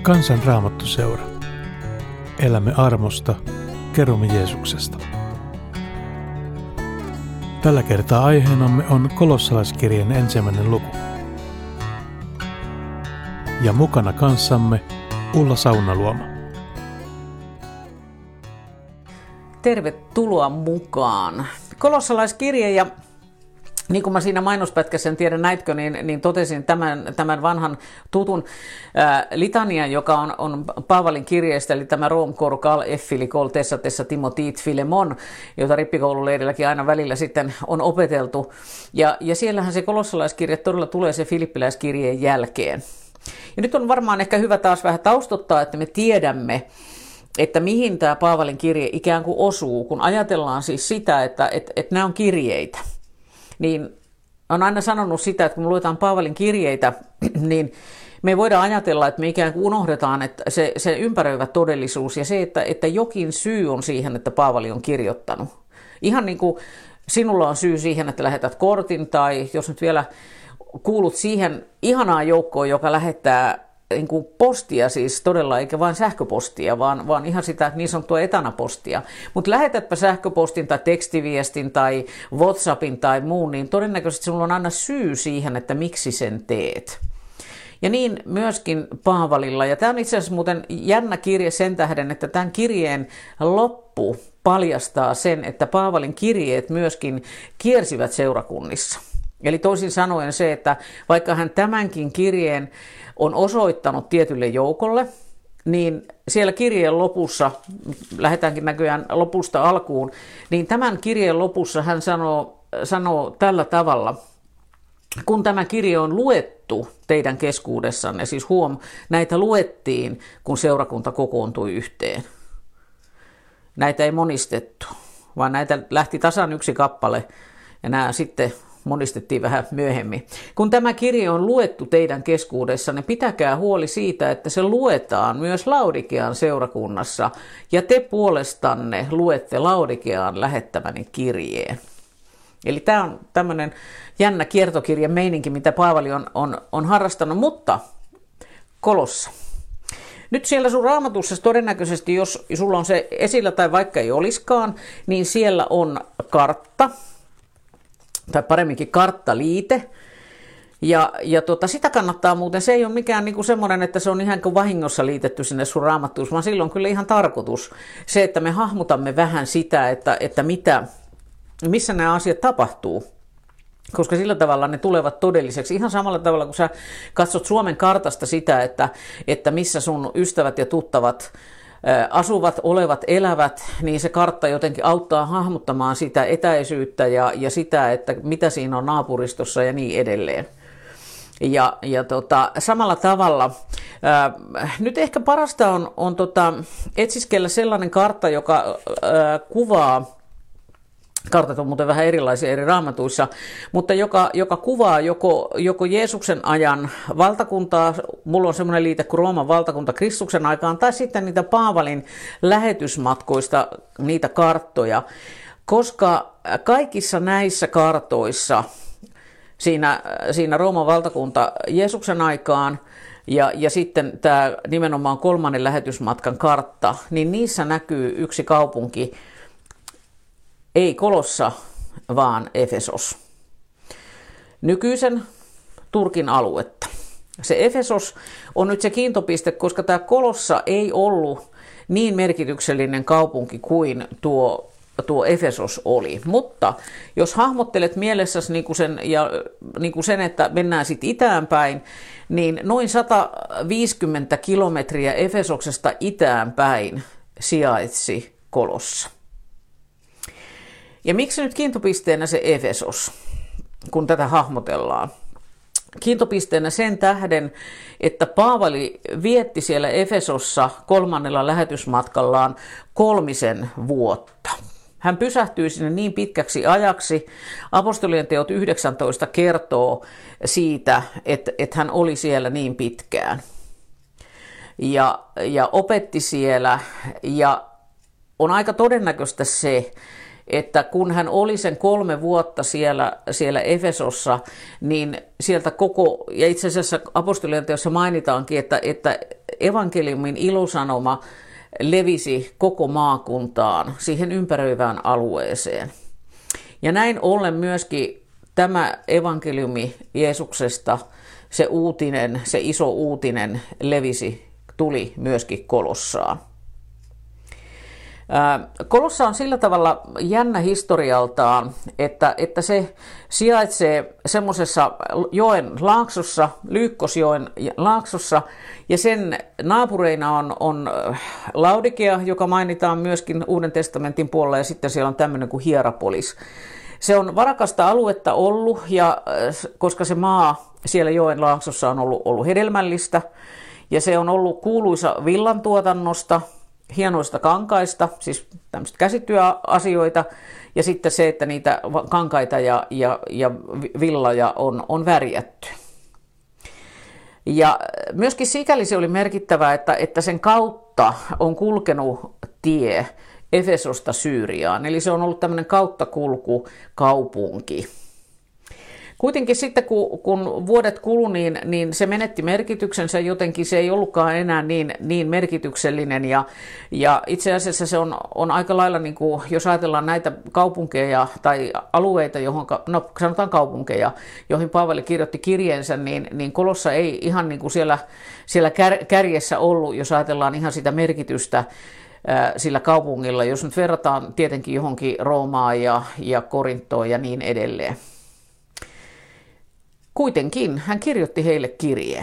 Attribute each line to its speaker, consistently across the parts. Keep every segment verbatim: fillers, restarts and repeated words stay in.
Speaker 1: Kansan Raamattu Seura. Elämme armosta, kerromme Jeesuksesta. Tällä kertaa aiheenamme on Kolossalaiskirjeen ensimmäinen luku. Ja mukana kanssamme Ulla Saunaluoma.
Speaker 2: Tervetuloa mukaan. Kolossalaiskirje, ja niin kuin mä siinä mainospätkässä, en tiedä näitkö, niin, niin totesin tämän, tämän vanhan tutun ää, litanian, joka on, on Paavalin kirjeestä, eli tämä Rom cor cal effili col tessa tessa timotit filemon, jota rippikoululeirilläkin aina välillä sitten on opeteltu. Ja, ja siellähän se kolossalaiskirje todella tulee se filippiläiskirjeen jälkeen. Ja nyt on varmaan ehkä hyvä taas vähän taustottaa, että me tiedämme, että mihin tämä Paavalin kirje ikään kuin osuu, kun ajatellaan siis sitä, että, että, että nämä on kirjeitä. Niin on aina sanonut sitä, että kun me luetaan Paavalin kirjeitä, niin me voidaan ajatella, että me ikään kuin unohdetaan että se, se ympäröivä todellisuus ja se, että, että jokin syy on siihen, että Paavali on kirjoittanut. Ihan niin kuin sinulla on syy siihen, että lähetät kortin, tai jos nyt vielä kuulut siihen ihanaan joukkoon, joka lähettää niin kuin postia siis todella, eikä vain sähköpostia, vaan, vaan ihan sitä niin sanottua etanapostia. Mutta lähetätpä sähköpostin tai tekstiviestin tai WhatsAppin tai muun, niin todennäköisesti sinulla on aina syy siihen, että miksi sen teet. Ja niin myöskin Paavalilla. Ja tämä on itse asiassa muuten jännä kirje sen tähden, että tämän kirjeen loppu paljastaa sen, että Paavalin kirjeet myöskin kiersivät seurakunnissa. Eli toisin sanoen se, että vaikka hän tämänkin kirjeen on osoittanut tietylle joukolle, niin siellä kirjeen lopussa, lähdetäänkin näköjään lopusta alkuun, niin tämän kirjeen lopussa hän sanoo, sanoo tällä tavalla: kun tämä kirje on luettu teidän keskuudessanne, siis huom, näitä luettiin, kun seurakunta kokoontui yhteen. Näitä ei monistettu, vaan näitä lähti tasan yksi kappale, ja nämä sitten monistettiin vähän myöhemmin. Kun tämä kirje on luettu teidän keskuudessanne, pitäkää huoli siitä, että se luetaan myös Laodikean seurakunnassa, ja te puolestanne luette Laodikeaan lähettämäni kirjeen. Eli tämä on tämmöinen jännä kiertokirjan meininki, mitä Paavali on, on, on harrastanut, mutta Kolossa. Nyt siellä sun raamatussa todennäköisesti, jos sulla on se esillä tai vaikka ei oliskaan, niin siellä on kartta, tai paremminkin karttaliite, ja, ja tota, sitä kannattaa muuten, se ei ole mikään niinku semmoinen, että se on ihan kuin vahingossa liitetty sinne sun raamattuun, vaan silloin kyllä ihan tarkoitus se, että me hahmotamme vähän sitä, että, että mitä, missä nämä asiat tapahtuu, koska sillä tavalla ne tulevat todelliseksi. Ihan samalla tavalla, kun sä katsot Suomen kartasta sitä, että, että missä sun ystävät ja tuttavat asuvat, olevat, elävät, niin se kartta jotenkin auttaa hahmottamaan sitä etäisyyttä ja, ja sitä, että mitä siinä on naapuristossa ja niin edelleen. Ja, ja tota, samalla tavalla, ää, nyt ehkä parasta on, on tota, etsiskellä sellainen kartta, joka ää, kuvaa, kartat on muuten vähän erilaisia eri raamatuissa, mutta joka, joka kuvaa joko, joko Jeesuksen ajan valtakuntaa, mulla on semmoinen liite kuin Rooman valtakunta Kristuksen aikaan, tai sitten niitä Paavalin lähetysmatkoista, niitä karttoja, koska kaikissa näissä kartoissa, siinä, siinä Rooman valtakunta Jeesuksen aikaan, ja, ja sitten tämä nimenomaan kolmannen lähetysmatkan kartta, niin niissä näkyy yksi kaupunki, ei Kolossa, vaan Efesos. Nykyisen Turkin aluetta. Se Efesos on nyt se kiintopiste, koska tämä Kolossa ei ollut niin merkityksellinen kaupunki kuin tuo, tuo Efesos oli. Mutta jos hahmottelet mielessäsi niin kuin sen, ja, niin kuin sen, että mennään sitten itään päin, niin noin sata viisikymmentä kilometriä Efesoksesta itään päin sijaitsi Kolossa. Ja miksi nyt kiintopisteenä se Efesos, kun tätä hahmotellaan? Kiintopisteenä sen tähden, että Paavali vietti siellä Efesossa kolmannella lähetysmatkallaan kolmisen vuotta. Hän pysähtyi sinne niin pitkäksi ajaksi. Apostolien teot yhdeksäntoista kertoo siitä, että, että hän oli siellä niin pitkään. Ja, ja opetti siellä, ja on aika todennäköistä se, että kun hän oli sen kolme vuotta siellä, siellä Efesossa, niin sieltä koko, ja itse asiassa apostolien teossa mainitaankin, että, että evankeliumin ilosanoma levisi koko maakuntaan, siihen ympäröivään alueeseen. Ja näin ollen myöskin tämä evankeliumi Jeesuksesta, se uutinen, se iso uutinen levisi, tuli myöskin Kolossaan. Kolossa on sillä tavalla jännä historialtaan, että, että se sijaitsee semmoisessa joen laaksossa, Lyykkosjoen laaksossa, ja sen naapureina on, on Laudikea, joka mainitaan myöskin Uuden testamentin puolella, ja sitten siellä on tämmöinen kuin Hierapolis. Se on varakasta aluetta ollut, ja koska se maa siellä joen laaksossa on ollut, ollut hedelmällistä, ja se on ollut kuuluisa villantuotannosta, hienoista kankaista, siis tämmöistä käsityöasioita, ja sitten se, että niitä kankaita ja, ja, ja villoja on, on värjätty. Ja myöskin sikäli se oli merkittävää, että, että sen kautta on kulkenut tie Efesosta Syyriaan, eli se on ollut tämmöinen kauttakulkukaupunki. Kuitenkin sitten, kun, kun vuodet kului, niin, niin se menetti merkityksensä jotenkin, se ei ollutkaan enää niin, niin merkityksellinen. Ja, ja itse asiassa se on, on aika lailla, niin kuin, jos ajatellaan näitä kaupunkeja tai alueita, johon, no sanotaan kaupunkeja, joihin Paavali kirjoitti kirjeensä, niin, niin Kolossa ei ihan niin kuin siellä, siellä kär, kärjessä ollut, jos ajatellaan ihan sitä merkitystä sillä kaupungilla, jos nyt verrataan tietenkin johonkin Roomaan ja, ja Korintoon ja niin edelleen. Kuitenkin hän kirjoitti heille kirjeen.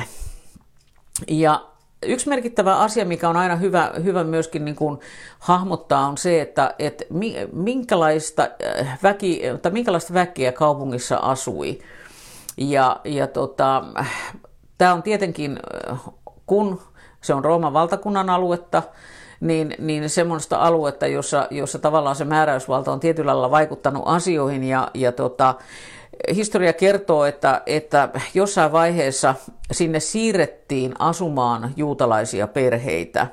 Speaker 2: Ja yksi merkittävä asia, mikä on aina hyvä, hyvä myöskin niin kuin hahmottaa, on se, että, että minkälaista, väki, tai minkälaista väkeä kaupungissa asui. Ja, ja tota, tämä on tietenkin, kun se on Rooman valtakunnan aluetta, niin, niin semmoista aluetta, jossa, jossa tavallaan se määräysvalta on tietyllä lailla vaikuttanut asioihin, ja, ja tota, historia kertoo, että, että jossain vaiheessa sinne siirrettiin asumaan juutalaisia perheitä.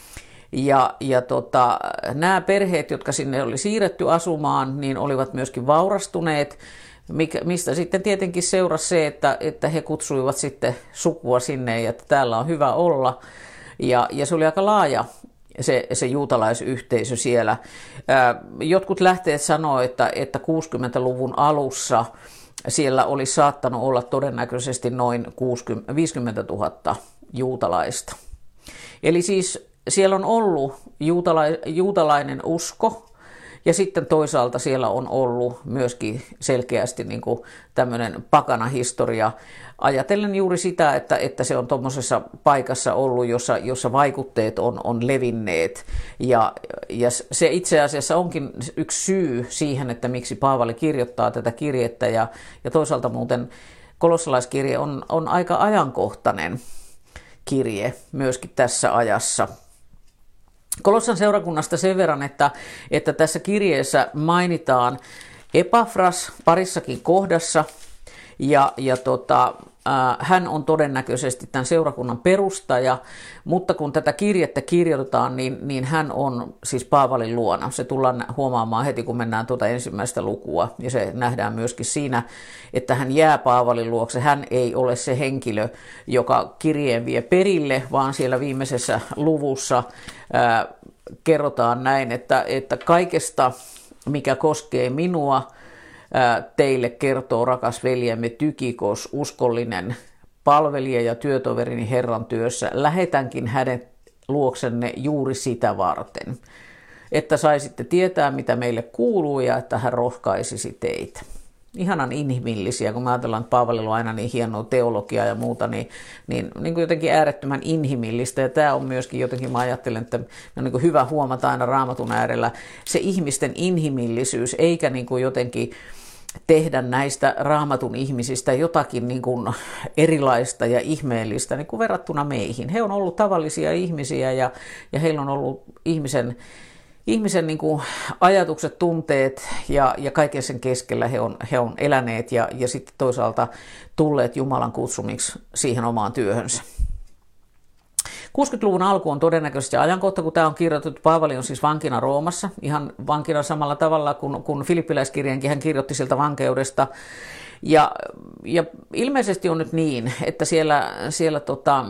Speaker 2: Ja, ja tota, nämä perheet, jotka sinne oli siirretty asumaan, niin olivat myöskin vaurastuneet, mikä, mistä sitten tietenkin seurasi se, että, että he kutsuivat sitten sukua sinne ja että täällä on hyvä olla. Ja, ja se oli aika laaja se, se juutalaisyhteisö siellä. Jotkut lähteet sanoo, että, että kuusikymmentäluvun alussa siellä oli saattanut olla todennäköisesti noin viisikymmentätuhatta juutalaista. Eli siis siellä on ollut juutala- juutalainen usko, ja sitten toisaalta siellä on ollut myöskin selkeästi niin kuin tämmöinen pakana historia. Ajatellen juuri sitä, että, että se on tuommoisessa paikassa ollut, jossa, jossa vaikutteet on, on levinneet. Ja, ja se itse asiassa onkin yksi syy siihen, että miksi Paavali kirjoittaa tätä kirjettä. Ja, ja toisaalta muuten kolossalaiskirje on, on aika ajankohtainen kirje myöskin tässä ajassa. Kolossan seurakunnasta sen verran, että, että tässä kirjeessä mainitaan Epafras parissakin kohdassa, ja, ja tota, äh, hän on todennäköisesti tämän seurakunnan perustaja, mutta kun tätä kirjettä kirjoitetaan, niin, niin hän on siis Paavalin luona. Se tullaan huomaamaan heti, kun mennään tuota ensimmäistä lukua, ja se nähdään myöskin siinä, että hän jää Paavalin luokse. Hän ei ole se henkilö, joka kirjeen vie perille, vaan siellä viimeisessä luvussa ää, kerrotaan näin, että, että kaikesta, mikä koskee minua, ää, teille kertoo rakas veljemme Tykikos, uskollinen palvelija ja työtoverini Herran työssä. Lähetänkin hänet luoksenne juuri sitä varten, että saisitte tietää, mitä meille kuuluu, ja että hän rohkaisisi teitä. Ihanan inhimillisiä, kun me ajatellaan, että Paavalilla on aina niin hienoa teologiaa ja muuta, niin, niin, niin kuin jotenkin äärettömän inhimillistä. Ja tämä on myöskin jotenkin, mä ajattelen, että on niin kuin hyvä huomata aina Raamatun äärellä se ihmisten inhimillisyys, eikä niin kuin jotenkin tehdä näistä Raamatun ihmisistä jotakin niin kuin erilaista ja ihmeellistä niin kuin verrattuna meihin. He on ollut tavallisia ihmisiä, ja, ja heillä on ollut ihmisen Ihmisen niin kuin ajatukset, tunteet ja, ja kaiken sen keskellä he on, he on eläneet ja, ja sitten toisaalta tulleet Jumalan kutsumiksi siihen omaan työhönsä. kuusikymmentäluvun alku on todennäköisesti ajankohta, kun tämä on kirjoitettu. Paavali on siis vankina Roomassa, ihan vankina samalla tavalla kuin, kuin Filippiläiskirjeenkin hän kirjoitti siltä vankeudesta. Ja, ja ilmeisesti on nyt niin, että siellä, siellä tota,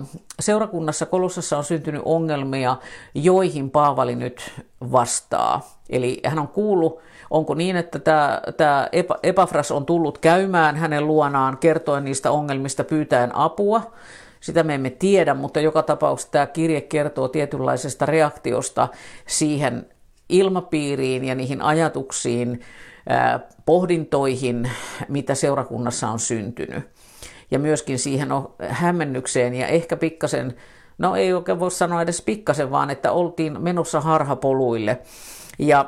Speaker 2: seurakunnassa Kolossassa on syntynyt ongelmia, joihin Paavali nyt vastaa. Eli hän on kuullut, onko niin, että tämä, tämä Epafras on tullut käymään hänen luonaan, kertoen niistä ongelmista, pyytäen apua. Sitä me emme tiedä, mutta joka tapauksessa tämä kirje kertoo tietynlaisesta reaktiosta siihen ilmapiiriin ja niihin ajatuksiin, pohdintoihin, mitä seurakunnassa on syntynyt. Ja myöskin siihen hämmennykseen ja ehkä pikkasen, no ei oikein voi sanoa edes pikkasen, vaan että oltiin menossa harhapoluille. Ja,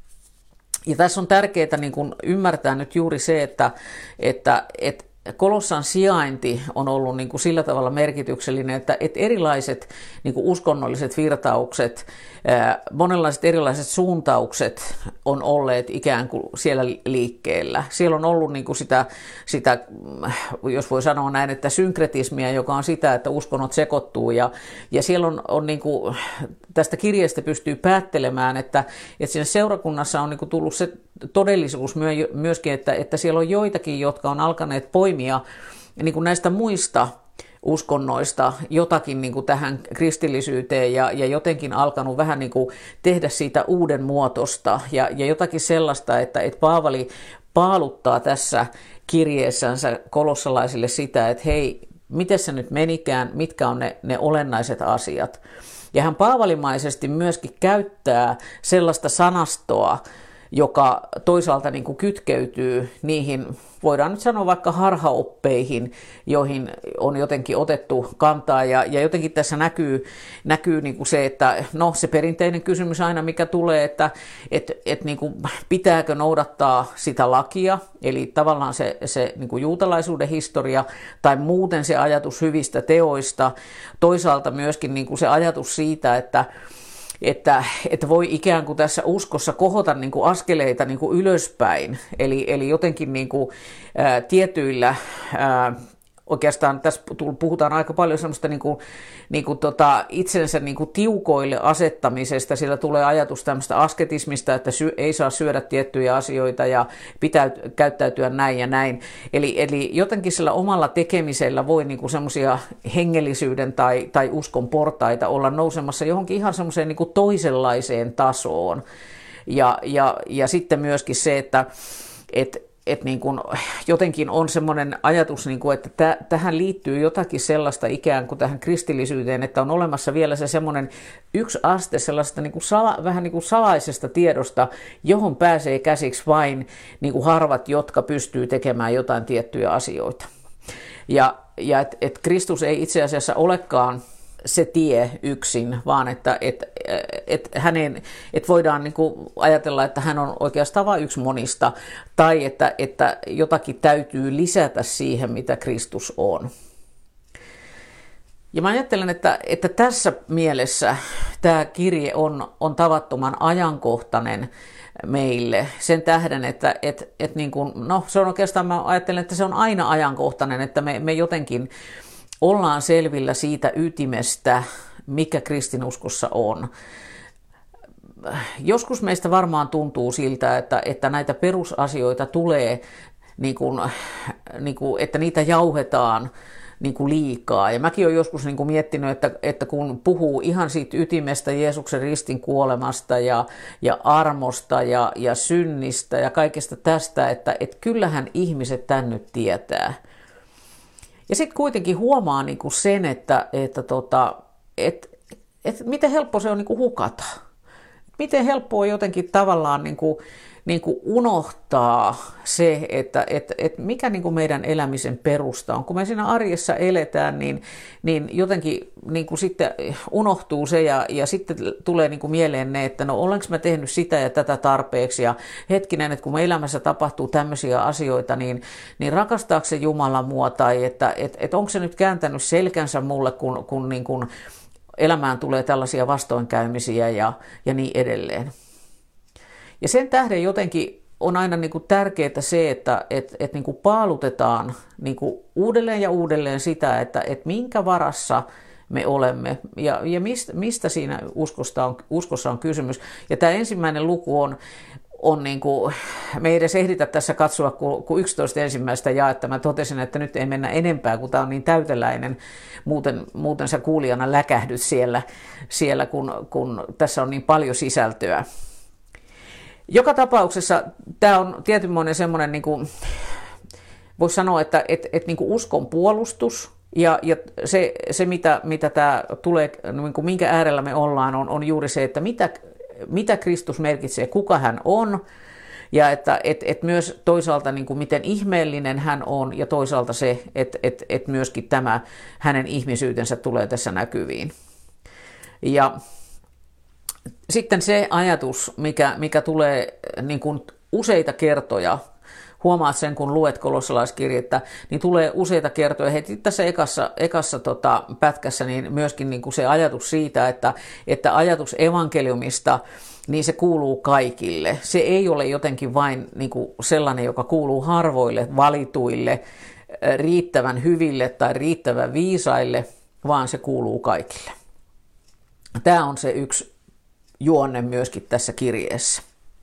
Speaker 2: ja tässä on tärkeää niin kuin ymmärtää nyt juuri se, että, että, että Kolossan sijainti on ollut niin kuin sillä tavalla merkityksellinen, että, että erilaiset niin kuin uskonnolliset virtaukset, monenlaiset erilaiset suuntaukset on olleet ikään kuin siellä liikkeellä. Siellä on ollut niin kuin sitä, sitä, jos voi sanoa näin, että synkretismia, joka on sitä, että uskonnot sekoittuu. Ja, ja siellä on, on niin kuin, tästä kirjeestä pystyy päättelemään, että, että siinä seurakunnassa on niin kuin tullut se todellisuus myöskin, että, että siellä on joitakin, jotka on alkaneet poimia niin kuin näistä muista uskonnoista jotakin niin kuin tähän kristillisyyteen ja, ja jotenkin alkanut vähän niin kuin tehdä siitä uuden muotosta ja, ja jotakin sellaista, että, että Paavali paaluttaa tässä kirjeessänsä kolossalaisille sitä, että hei, miten se nyt menikään, mitkä on ne, ne olennaiset asiat. Ja hän paavalimaisesti myöskin käyttää sellaista sanastoa, joka toisaalta niin kuin kytkeytyy niihin, voidaan nyt sanoa vaikka harhaoppeihin, joihin on jotenkin otettu kantaa. Ja, ja jotenkin tässä näkyy, näkyy niin kuin se, että no se perinteinen kysymys aina mikä tulee, että et, et niin kuin pitääkö noudattaa sitä lakia, eli tavallaan se, se niin kuin juutalaisuuden historia tai muuten se ajatus hyvistä teoista. Toisaalta myöskin niin kuin se ajatus siitä, että Että, että voi ikään kuin tässä uskossa kohota niin kuin askeleita niin kuin ylöspäin, eli, eli jotenkin niin kuin, ää, tietyillä, ää, oikeastaan tässä puhutaan aika paljon semmoista niin kuin, niin kuin tota, itsensä niin kuin tiukoille asettamisesta, sillä tulee ajatus tämmöistä asketismista, että sy- ei saa syödä tiettyjä asioita ja pitää käyttäytyä näin ja näin. Eli, eli jotenkin sillä omalla tekemisellä voi niin kuin semmoisia hengellisyyden tai, tai uskon portaita olla nousemassa johonkin ihan semmoiseen niin kuin toisenlaiseen tasoon. Ja, ja, ja sitten myöskin se, että et, että niin kuin jotenkin on semmoinen ajatus, niin kuin, että täh, tähän liittyy jotakin sellaista ikään kuin tähän kristillisyyteen, että on olemassa vielä se semmoinen yksi aste sellaista niin kuin sala, vähän niin kuin salaisesta tiedosta, johon pääsee käsiksi vain niin kuin harvat, jotka pystyy tekemään jotain tiettyjä asioita. Ja, ja että et Kristus ei itse asiassa olekaan se tie yksin, vaan että et, et hänen, et voidaan niin kuin ajatella, että hän on oikeastaan vain yksi monista, tai että, että jotakin täytyy lisätä siihen, mitä Kristus on. Ja mä ajattelen, että, että tässä mielessä tämä kirje on, on tavattoman ajankohtainen meille sen tähden, että et, et niin kuin, no, se on oikeastaan, mä ajattelen, että se on aina ajankohtainen, että me, me jotenkin ollaan selvillä siitä ytimestä, mikä kristinuskossa on. Joskus meistä varmaan tuntuu siltä, että, että näitä perusasioita tulee, niin kuin, niin kuin, että niitä jauhetaan niin kuin liikaa. Ja mäkin olen joskus niin kuin miettinyt, että, että kun puhuu ihan siitä ytimestä, Jeesuksen ristin kuolemasta ja, ja armosta ja, ja synnistä ja kaikesta tästä, että, että kyllähän ihmiset tän nyt tietää. Ja sitten kuitenkin huomaa niinku sen, että, että tota, et, et miten helppo se on niinku hukata. Miten helppo on jotenkin tavallaan niinku, niinku unohtaa se, että et, et mikä niinku meidän elämisen perusta on. Kun me siinä arjessa eletään, niin, niin jotenkin niinku sitten unohtuu se ja, ja sitten tulee niinku mieleen ne, että no olenko mä tehnyt sitä ja tätä tarpeeksi. Ja hetkinen, että kun me elämässä tapahtuu tämmöisiä asioita, niin, niin rakastaako se Jumala mua tai että et, et onko se nyt kääntänyt selkänsä mulle, kun, kun niinku elämään tulee tällaisia vastoinkäymisiä ja, ja niin edelleen. Ja sen tähden jotenkin on aina niin kuin tärkeää se, että et, et niin kuin paalutetaan niin kuin uudelleen ja uudelleen sitä, että et minkä varassa me olemme ja, ja mistä, mistä siinä uskosta on, uskossa on kysymys. Ja tämä ensimmäinen luku on, on niin kuin, me ei edes ehditä tässä katsoa kuin, kuin yksitoista ensimmäistä jaetta. Mä totesin, että nyt ei mennä enempää, kun tämä on niin täyteläinen. Muuten, muuten sä kuulijana läkähdyt siellä, siellä kun, kun tässä on niin paljon sisältöä. Joka tapauksessa tämä on tietynmoinen semmoinen, niin kuin, voisi sanoa, että et, et, niin kuin uskon puolustus. Ja, ja se, se mitä, mitä tämä tulee, niin kuin minkä äärellä me ollaan, on, on juuri se, että mitä, mitä Kristus merkitsee, kuka hän on, ja että et, et myös toisaalta niin kuin miten ihmeellinen hän on, ja toisaalta se, että et, et myöskin tämä hänen ihmisyytensä tulee tässä näkyviin. Ja sitten se ajatus, mikä, mikä tulee niin kuin useita kertoja, huomaat sen, kun luet kolossalaiskirjettä, niin tulee useita kertoja heti tässä ekassa, ekassa tota, pätkässä niin myöskin niin kuin se ajatus siitä, että, että ajatus evankeliumista, niin se kuuluu kaikille. Se ei ole jotenkin vain niin kuin sellainen, joka kuuluu harvoille, valituille, riittävän hyville tai riittävän viisaille, vaan se kuuluu kaikille. Tämä on se yksi juonne myöskin tässä kirjeessä.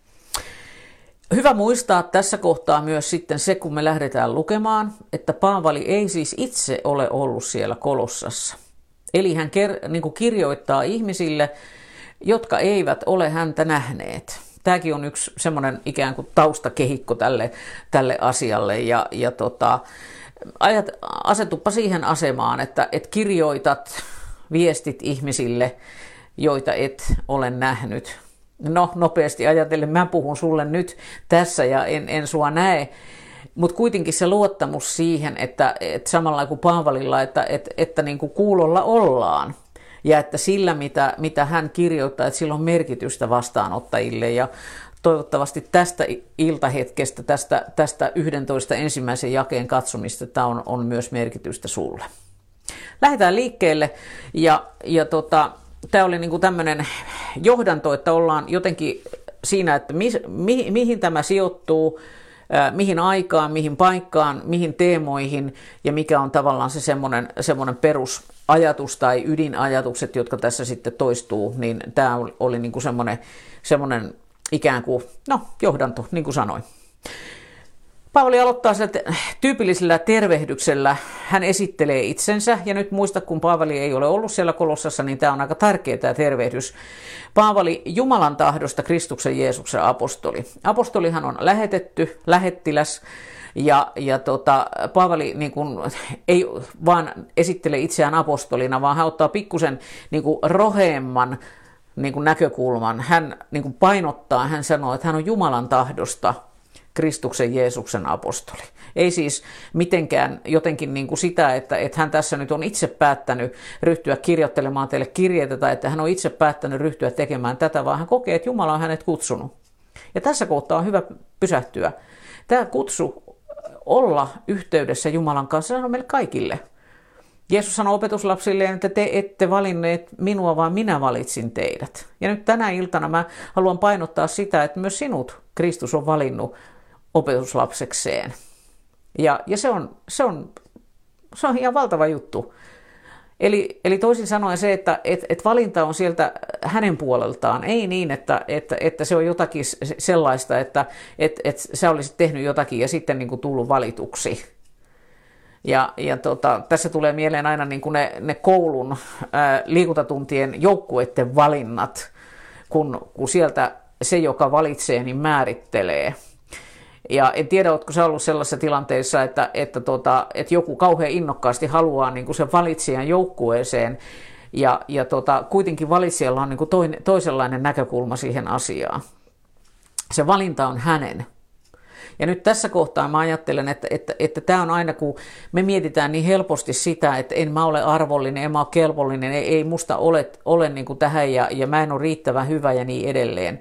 Speaker 2: Hyvä muistaa tässä kohtaa myös sitten se, kun me lähdetään lukemaan, että Paavali ei siis itse ole ollut siellä Kolossassa. Eli hän ker- niin kuin kirjoittaa ihmisille, jotka eivät ole häntä nähneet. Tämäkin on yksi semmoinen ikään kuin taustakehikko tälle, tälle asialle. Ja, ja tota, ajat, asetuppa siihen asemaan, että et kirjoitat viestit ihmisille, joita et ole nähnyt. No, nopeasti ajatellen, mä puhun sulle nyt tässä ja en, en sua näe, mutta kuitenkin se luottamus siihen, että, että samalla kuin Paavalilla, että, että, että niin kuin kuulolla ollaan ja että sillä, mitä, mitä hän kirjoittaa, että sillä on merkitystä vastaanottajille ja toivottavasti tästä iltahetkestä, tästä, tästä yhdentoista ensimmäisen jakeen katsomista, tämä on, on myös merkitystä sulle. Lähdetään liikkeelle ja, ja tota, tämä oli niin kuin tämmöinen johdanto, että ollaan jotenkin siinä, että mi, mi, mihin tämä sijoittuu, äh, mihin aikaan, mihin paikkaan, mihin teemoihin ja mikä on tavallaan se semmoinen, semmoinen perusajatus tai ydinajatukset, jotka tässä sitten toistuu, niin tämä oli niin kuin semmoinen, semmoinen ikään kuin, no johdanto, niin kuin sanoin. Paavali aloittaa sieltä tyypillisellä tervehdyksellä. Hän esittelee itsensä, ja nyt muista, kun Paavali ei ole ollut siellä Kolossassa, niin tämä on aika tärkeä tämä tervehdys. Paavali Jumalan tahdosta Kristuksen Jeesuksen apostoli. Apostolihan on lähetetty, lähettiläs, ja, ja tota, Paavali niin kuin, ei vaan esittele itseään apostolina, vaan hän ottaa pikkusen niin kuin roheemman niin kuin näkökulman. Hän niin kuin painottaa, hän sanoo, että hän on Jumalan tahdosta Kristuksen Jeesuksen apostoli. Ei siis mitenkään jotenkin niin kuin sitä, että, että hän tässä nyt on itse päättänyt ryhtyä kirjoittelemaan teille kirjeitä tai että hän on itse päättänyt ryhtyä tekemään tätä, vaan hän kokee, että Jumala on hänet kutsunut. Ja tässä kohtaa on hyvä pysähtyä. Tämä kutsu olla yhteydessä Jumalan kanssa on meille kaikille. Jeesus sanoi opetuslapsilleen, että te ette valinneet minua, vaan minä valitsin teidät. Ja nyt tänä iltana mä haluan painottaa sitä, että myös sinut Kristus on valinnut opetuslapsekseen. Ja, ja se, on, se, on, se on ihan valtava juttu. Eli, eli toisin sanoen se, että et, et valinta on sieltä hänen puoleltaan. Ei niin, että, että, että se on jotakin sellaista, että et, et sä olisit tehnyt jotakin ja sitten niin kuin tullut valituksi. Ja, ja tota, tässä tulee mieleen aina niin kuin ne, ne koulun ää, liikuntatuntien joukkueiden valinnat, kun, kun sieltä se, joka valitsee, niin määrittelee. Ja en tiedä, oletko sä ollut sellaisessa tilanteessa, että, että, tota, että joku kauhean innokkaasti haluaa niin kuin sen valitsijan joukkueeseen, ja, ja tota, kuitenkin valitsijalla on niin kuin toinen, toisenlainen näkökulma siihen asiaan. Se valinta on hänen. Ja nyt tässä kohtaa mä ajattelen, että, että, että tämä on aina, kun me mietitään niin helposti sitä, että en mä ole arvollinen, en mä ole kelvollinen, ei, ei musta ole, ole niin kuin tähän ja, ja mä en ole riittävän hyvä ja niin edelleen.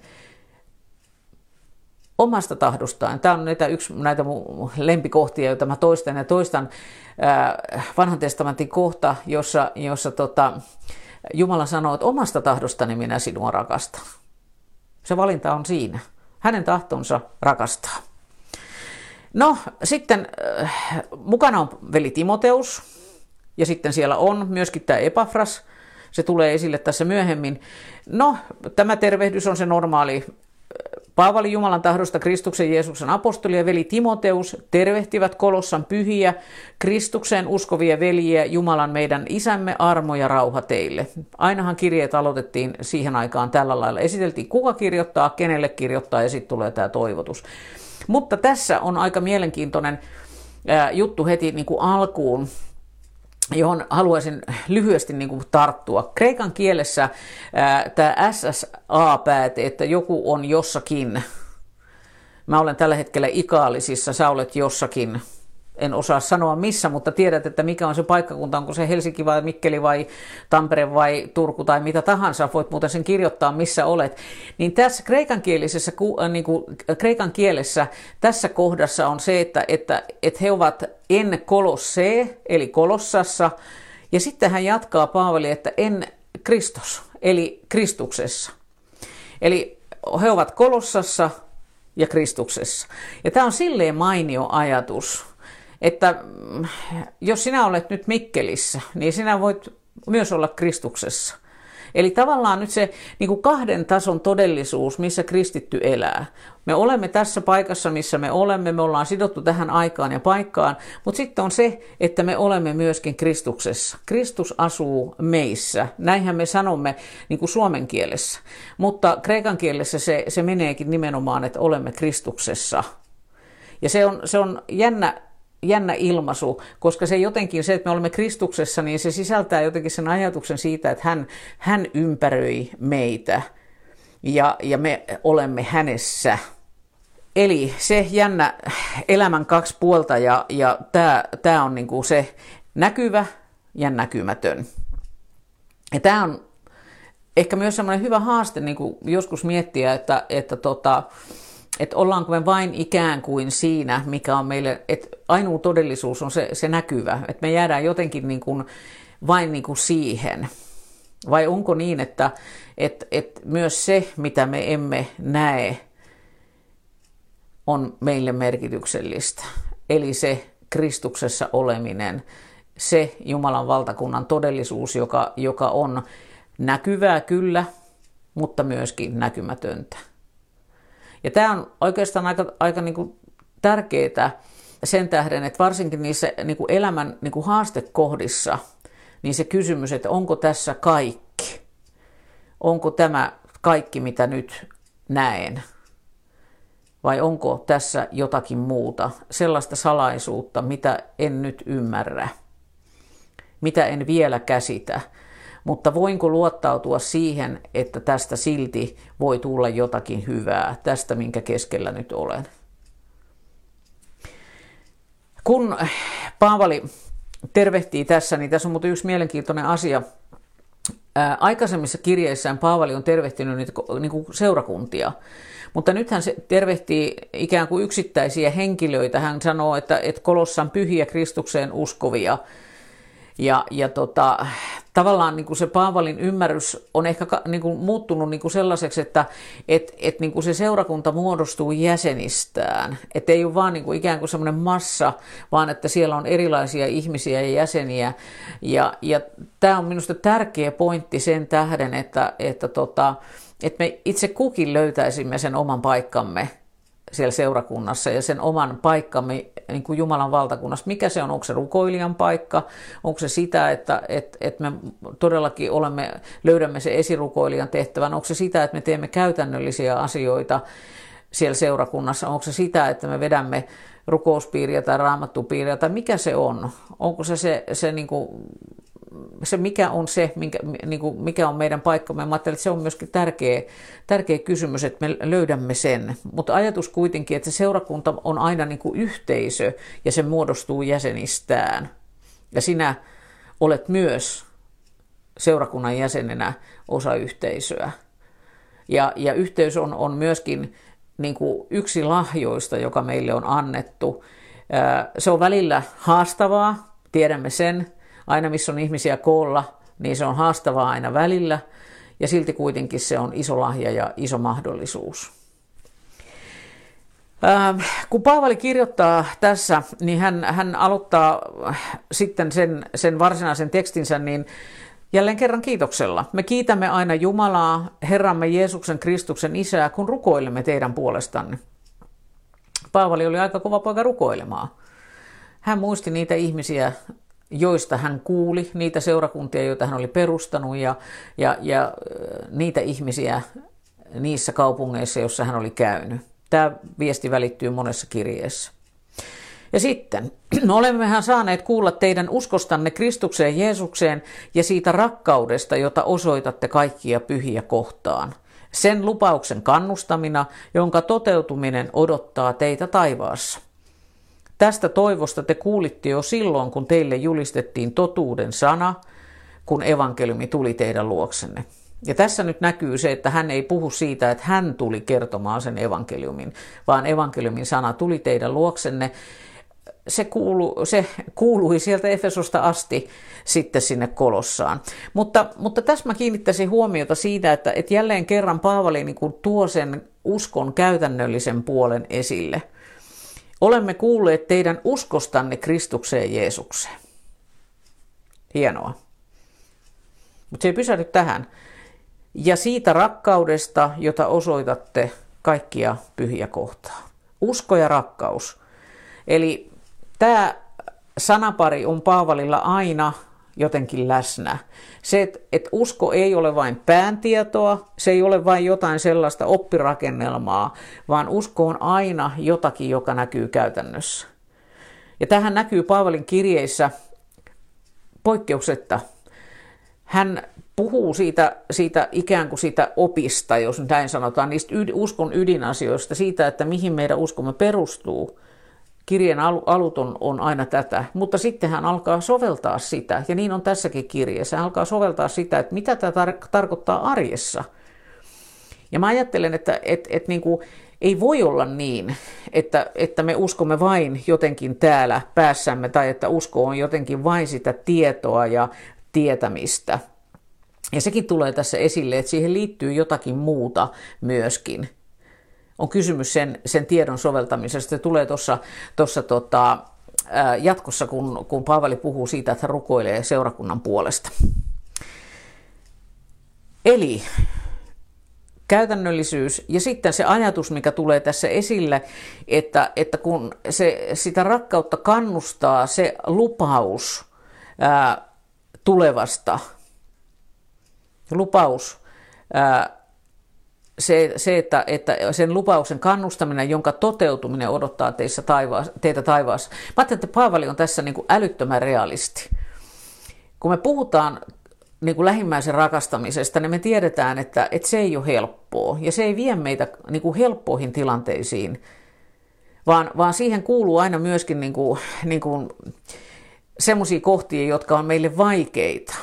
Speaker 2: Omasta tahdostaan. Tämä on näitä, yksi näitä mun lempikohtia, joita mä toistan ja toistan äh, vanhan testamentin kohta, jossa, jossa tota, Jumala sanoo, että omasta tahdostani minä sinua rakastan. Se valinta on siinä. Hänen tahtonsa rakastaa. No sitten äh, mukana on veli Timoteus ja sitten siellä on myöskin tämä Epafras. Se tulee esille tässä myöhemmin. No, tämä tervehdys on se normaali Paavali Jumalan tahdosta Kristuksen Jeesuksen apostoli ja veli Timoteus tervehtivät Kolossan pyhiä, Kristukseen uskovia veljiä, Jumalan meidän isämme, armo ja rauha teille. Ainahan kirjeet aloitettiin siihen aikaan tällä lailla. Esiteltiin kuka kirjoittaa, kenelle kirjoittaa ja sitten tulee tämä toivotus. Mutta tässä on aika mielenkiintoinen ää, juttu heti niin kuin alkuun, johon haluaisin lyhyesti niin kuin tarttua. Kreikan kielessä ää, tämä S S A-pääte, että joku on jossakin. Mä olen tällä hetkellä Ikaalisissa, sä olet jossakin. En osaa sanoa missä, mutta tiedät, että mikä on se paikkakunta, onko se Helsinki vai Mikkeli vai Tampere vai Turku tai mitä tahansa, voit muuten sen kirjoittaa missä olet. Niin tässä kreikankielisessä, niin kuin kreikan kielessä tässä kohdassa on se, että, että, että he ovat en kolossee, eli kolossassa, ja sitten hän jatkaa Paavali, että en Kristos, eli Kristuksessa. Eli he ovat kolossassa ja Kristuksessa. Ja tämä on silleen mainio ajatus, että jos sinä olet nyt Mikkelissä, niin sinä voit myös olla Kristuksessa. Eli tavallaan nyt se niin kuin kahden tason todellisuus, missä kristitty elää. Me olemme tässä paikassa, missä me olemme, me ollaan sidottu tähän aikaan ja paikkaan, mutta sitten on se, että me olemme myöskin Kristuksessa. Kristus asuu meissä, näinhän me sanomme niin kuin suomen kielessä, mutta kreikan kielessä se, se meneekin nimenomaan, että olemme Kristuksessa. Ja se on, se on jännä, jännä ilmaisu, koska se jotenkin se, että me olemme Kristuksessa, niin se sisältää jotenkin sen ajatuksen siitä, että hän, hän ympäröi meitä ja, ja me olemme hänessä. Eli se jännä elämän kaksi puolta ja, ja tämä, tämä on niin kuin se näkyvä ja näkymätön. Ja tämä on ehkä myös semmoinen hyvä haaste niin kuin joskus miettiä, että, että tota, että ollaanko me vain ikään kuin siinä, mikä on meille, että ainoa todellisuus on se, se näkyvä, että me jäädään jotenkin niin kuin vain niin kuin siihen. Vai onko niin, että, että, että myös se, mitä me emme näe, on meille merkityksellistä. Eli se Kristuksessa oleminen, se Jumalan valtakunnan todellisuus, joka, joka on näkyvää kyllä, mutta myöskin näkymätöntä. Ja tämä on oikeastaan aika, aika niin kuin tärkeää sen tähden, että varsinkin niissä niin kuin elämän niin kuin haastekohdissa, niin se kysymys, että onko tässä kaikki? Onko tämä kaikki, mitä nyt näen? Vai onko tässä jotakin muuta, sellaista salaisuutta, mitä en nyt ymmärrä, mitä en vielä käsitä? Mutta voinko luottautua siihen, että tästä silti voi tulla jotakin hyvää, tästä minkä keskellä nyt olen? Kun Paavali tervehtii tässä, niin tässä on muuten yksi mielenkiintoinen asia. Ää, aikaisemmissa kirjeissään Paavali on tervehtinyt niitä niin kuin seurakuntia, mutta nyt hän tervehtii ikään kuin yksittäisiä henkilöitä. Hän sanoo, että, että Kolossan pyhiä Kristukseen uskovia. Ja, ja tota, tavallaan niin kuin se Paavalin ymmärrys on ehkä niin kuin muuttunut niin kuin sellaiseksi, että et, et niin kuin se seurakunta muodostuu jäsenistään. Että ei ole vaan niin kuin ikään kuin semmoinen massa, vaan että siellä on erilaisia ihmisiä ja jäseniä. Ja, ja tämä on minusta tärkeä pointti sen tähden, että, että, tota, että me itse kukin löytäisimme sen oman paikkamme siellä seurakunnassa ja sen oman paikkamme niin kuin Jumalan valtakunnassa. Mikä se on? Onko se rukoilijan paikka? Onko se sitä, että, että, että me todellakin olemme, löydämme se esirukoilijan tehtävän? Onko se sitä, että me teemme käytännöllisiä asioita siellä seurakunnassa? Onko se sitä, että me vedämme rukouspiiriä tai raamattupiiriä? Tai mikä se on? Onko se se, se, niin kuin, se mikä on se, minkä, niin kuin, mikä on meidän paikkamme? Mä ajattelen, että se on myöskin tärkeä, tärkeä kysymys, että me löydämme sen. Mutta ajatus kuitenkin, että se seurakunta on aina niin kuin yhteisö ja se muodostuu jäsenistään. Ja sinä olet myös seurakunnan jäsenenä osa yhteisöä. Ja, ja yhteys on, on myöskin niin kuin yksi lahjoista, joka meille on annettu. Se on välillä haastavaa, tiedämme sen. Aina missä on ihmisiä koolla, niin se on haastavaa aina välillä. Ja silti kuitenkin se on iso lahja ja iso mahdollisuus. Ähm, kun Paavali kirjoittaa tässä, niin hän, hän aloittaa sitten sen, sen varsinaisen tekstinsä niin Jälleen kerran kiitoksella. Me kiitämme aina Jumalaa, Herramme Jeesuksen Kristuksen Isää, kun rukoilemme teidän puolestanne. Paavali oli aika kova poika rukoilemaan. Hän muisti niitä ihmisiä, joista hän kuuli, niitä seurakuntia, joita hän oli perustanut ja, ja, ja niitä ihmisiä niissä kaupungeissa, joissa hän oli käynyt. Tämä viesti välittyy monessa kirjeessä. Ja sitten, olemmehan saaneet kuulla teidän uskostanne Kristukseen Jeesukseen ja siitä rakkaudesta, jota osoitatte kaikkia pyhiä kohtaan. Sen lupauksen kannustamina, jonka toteutuminen odottaa teitä taivaassa. Tästä toivosta te kuulitte jo silloin, kun teille julistettiin totuuden sana, kun evankeliumi tuli teidän luoksenne. Ja tässä nyt näkyy se, että hän ei puhu siitä, että hän tuli kertomaan sen evankeliumin, vaan evankeliumin sana tuli teidän luoksenne. Se, kuulu, se kuului sieltä Efesosta asti sitten sinne Kolossaan. Mutta, mutta tässä mä kiinnittäisin huomiota siitä, että, että jälleen kerran Paavali niin kuin tuo sen uskon käytännöllisen puolen esille. Olemme kuulleet teidän uskostanne Kristukseen Jeesukseen. Hienoa. Mutta se ei pysähdy tähän. Ja siitä rakkaudesta, jota osoitatte kaikkia pyhiä kohtaan. Usko ja rakkaus. Eli tämä sanapari on Paavalilla aina jotenkin läsnä. Se, että et usko ei ole vain pääntietoa, se ei ole vain jotain sellaista oppirakennelmaa, vaan usko on aina jotakin, joka näkyy käytännössä. Ja tähän näkyy Paavalin kirjeissä poikkeuksetta. Hän puhuu siitä, siitä ikään kuin siitä opista, jos näin sanotaan, niistä uskon ydinasioista, siitä, että mihin meidän uskomme perustuu. Kirjeen alut on, on aina tätä, mutta sitten hän alkaa soveltaa sitä, ja niin on tässäkin kirjeessä. Hän alkaa soveltaa sitä, että mitä tämä tar- tarkoittaa arjessa. Ja mä ajattelen, että et, et niin kuin, ei voi olla niin, että, että me uskomme vain jotenkin täällä päässämme, tai että usko on jotenkin vain sitä tietoa ja tietämistä. Ja sekin tulee tässä esille, että siihen liittyy jotakin muuta myöskin. On kysymys sen, sen tiedon soveltamisesta. Se tulee tuossa tota, jatkossa, kun, kun Paavali puhuu siitä, että hän rukoilee seurakunnan puolesta. Eli käytännöllisyys ja sitten se ajatus, mikä tulee tässä esille, että, että kun se, sitä rakkautta kannustaa se lupaus ää, tulevasta, lupaus, ää, Se, se että, että sen lupauksen kannustaminen, jonka toteutuminen odottaa teissä taivaassa, teitä taivaassa. Mä ajattelen, että Paavali on tässä niin kuin älyttömän realisti. Kun me puhutaan niin kuin lähimmäisen rakastamisesta, niin me tiedetään, että, että se ei ole helppoa. Ja se ei vie meitä niin kuin helppoihin tilanteisiin, vaan, vaan siihen kuuluu aina myöskin niin kuin, niin kuin semmoisia kohtia, jotka on meille vaikeita.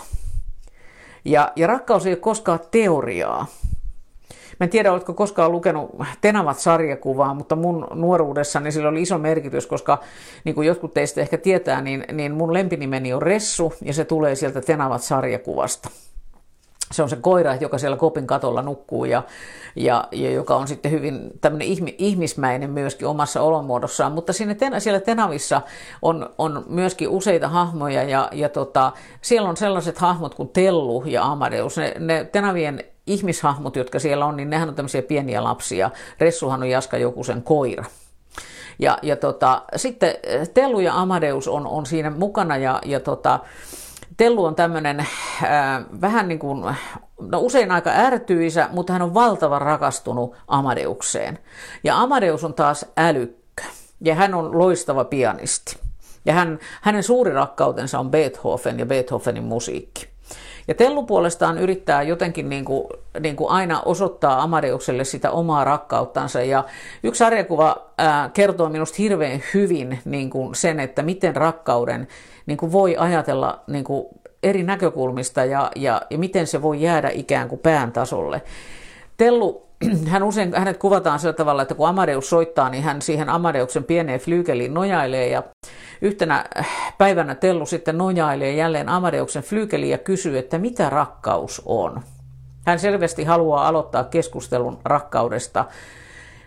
Speaker 2: Ja, ja rakkaus ei ole koskaan teoriaa. Mä en tiedä, oletko koskaan lukenut Tenavat-sarjakuvaa, mutta mun nuoruudessani sillä oli iso merkitys, koska niin kuin jotkut teistä ehkä tietää, niin, niin mun lempinimeni on Ressu, ja se tulee sieltä Tenavat-sarjakuvasta. Se on se koira, joka siellä kopin katolla nukkuu, ja, ja, ja joka on sitten hyvin tämmöinen ihmismäinen myöskin omassa olonmuodossaan, mutta siinä ten, siellä Tenavissa on, on myöskin useita hahmoja, ja, ja tota, siellä on sellaiset hahmot kuin Tellu ja Amadeus. Ne, ne Tenavien ihmishahmot, jotka siellä on, niin nehän on tämmöisiä pieniä lapsia. Ressuhan on Jaska Jokusen koira. Ja, ja tota, sitten Tellu ja Amadeus on, on siinä mukana, ja, ja tota, Tellu on tämmöinen äh, vähän niin kuin, no usein aika ärtyisä, mutta hän on valtavan rakastunut Amadeukseen. Ja Amadeus on taas älykkö, ja hän on loistava pianisti. Ja hän, hänen suuri rakkautensa on Beethoven ja Beethovenin musiikki. Ja Tellu puolestaan yrittää jotenkin niin kuin, niin kuin aina osoittaa Amadeukselle sitä omaa rakkauttansa. Ja yksi sarjakuva ää, kertoo minusta hirveän hyvin niin kuin sen, että miten rakkauden niin kuin voi ajatella niin kuin eri näkökulmista ja, ja, ja miten se voi jäädä ikään kuin pään tasolle. Tellu, hän usein, hänet kuvataan sillä tavalla, että kun Amadeus soittaa, niin hän siihen Amadeuksen pieneen flyykeliin nojailee, ja yhtenä päivänä Tellu sitten nojailee jälleen Amadeuksen flyykeliin ja kysyy, että mitä rakkaus on. Hän selvästi haluaa aloittaa keskustelun rakkaudesta.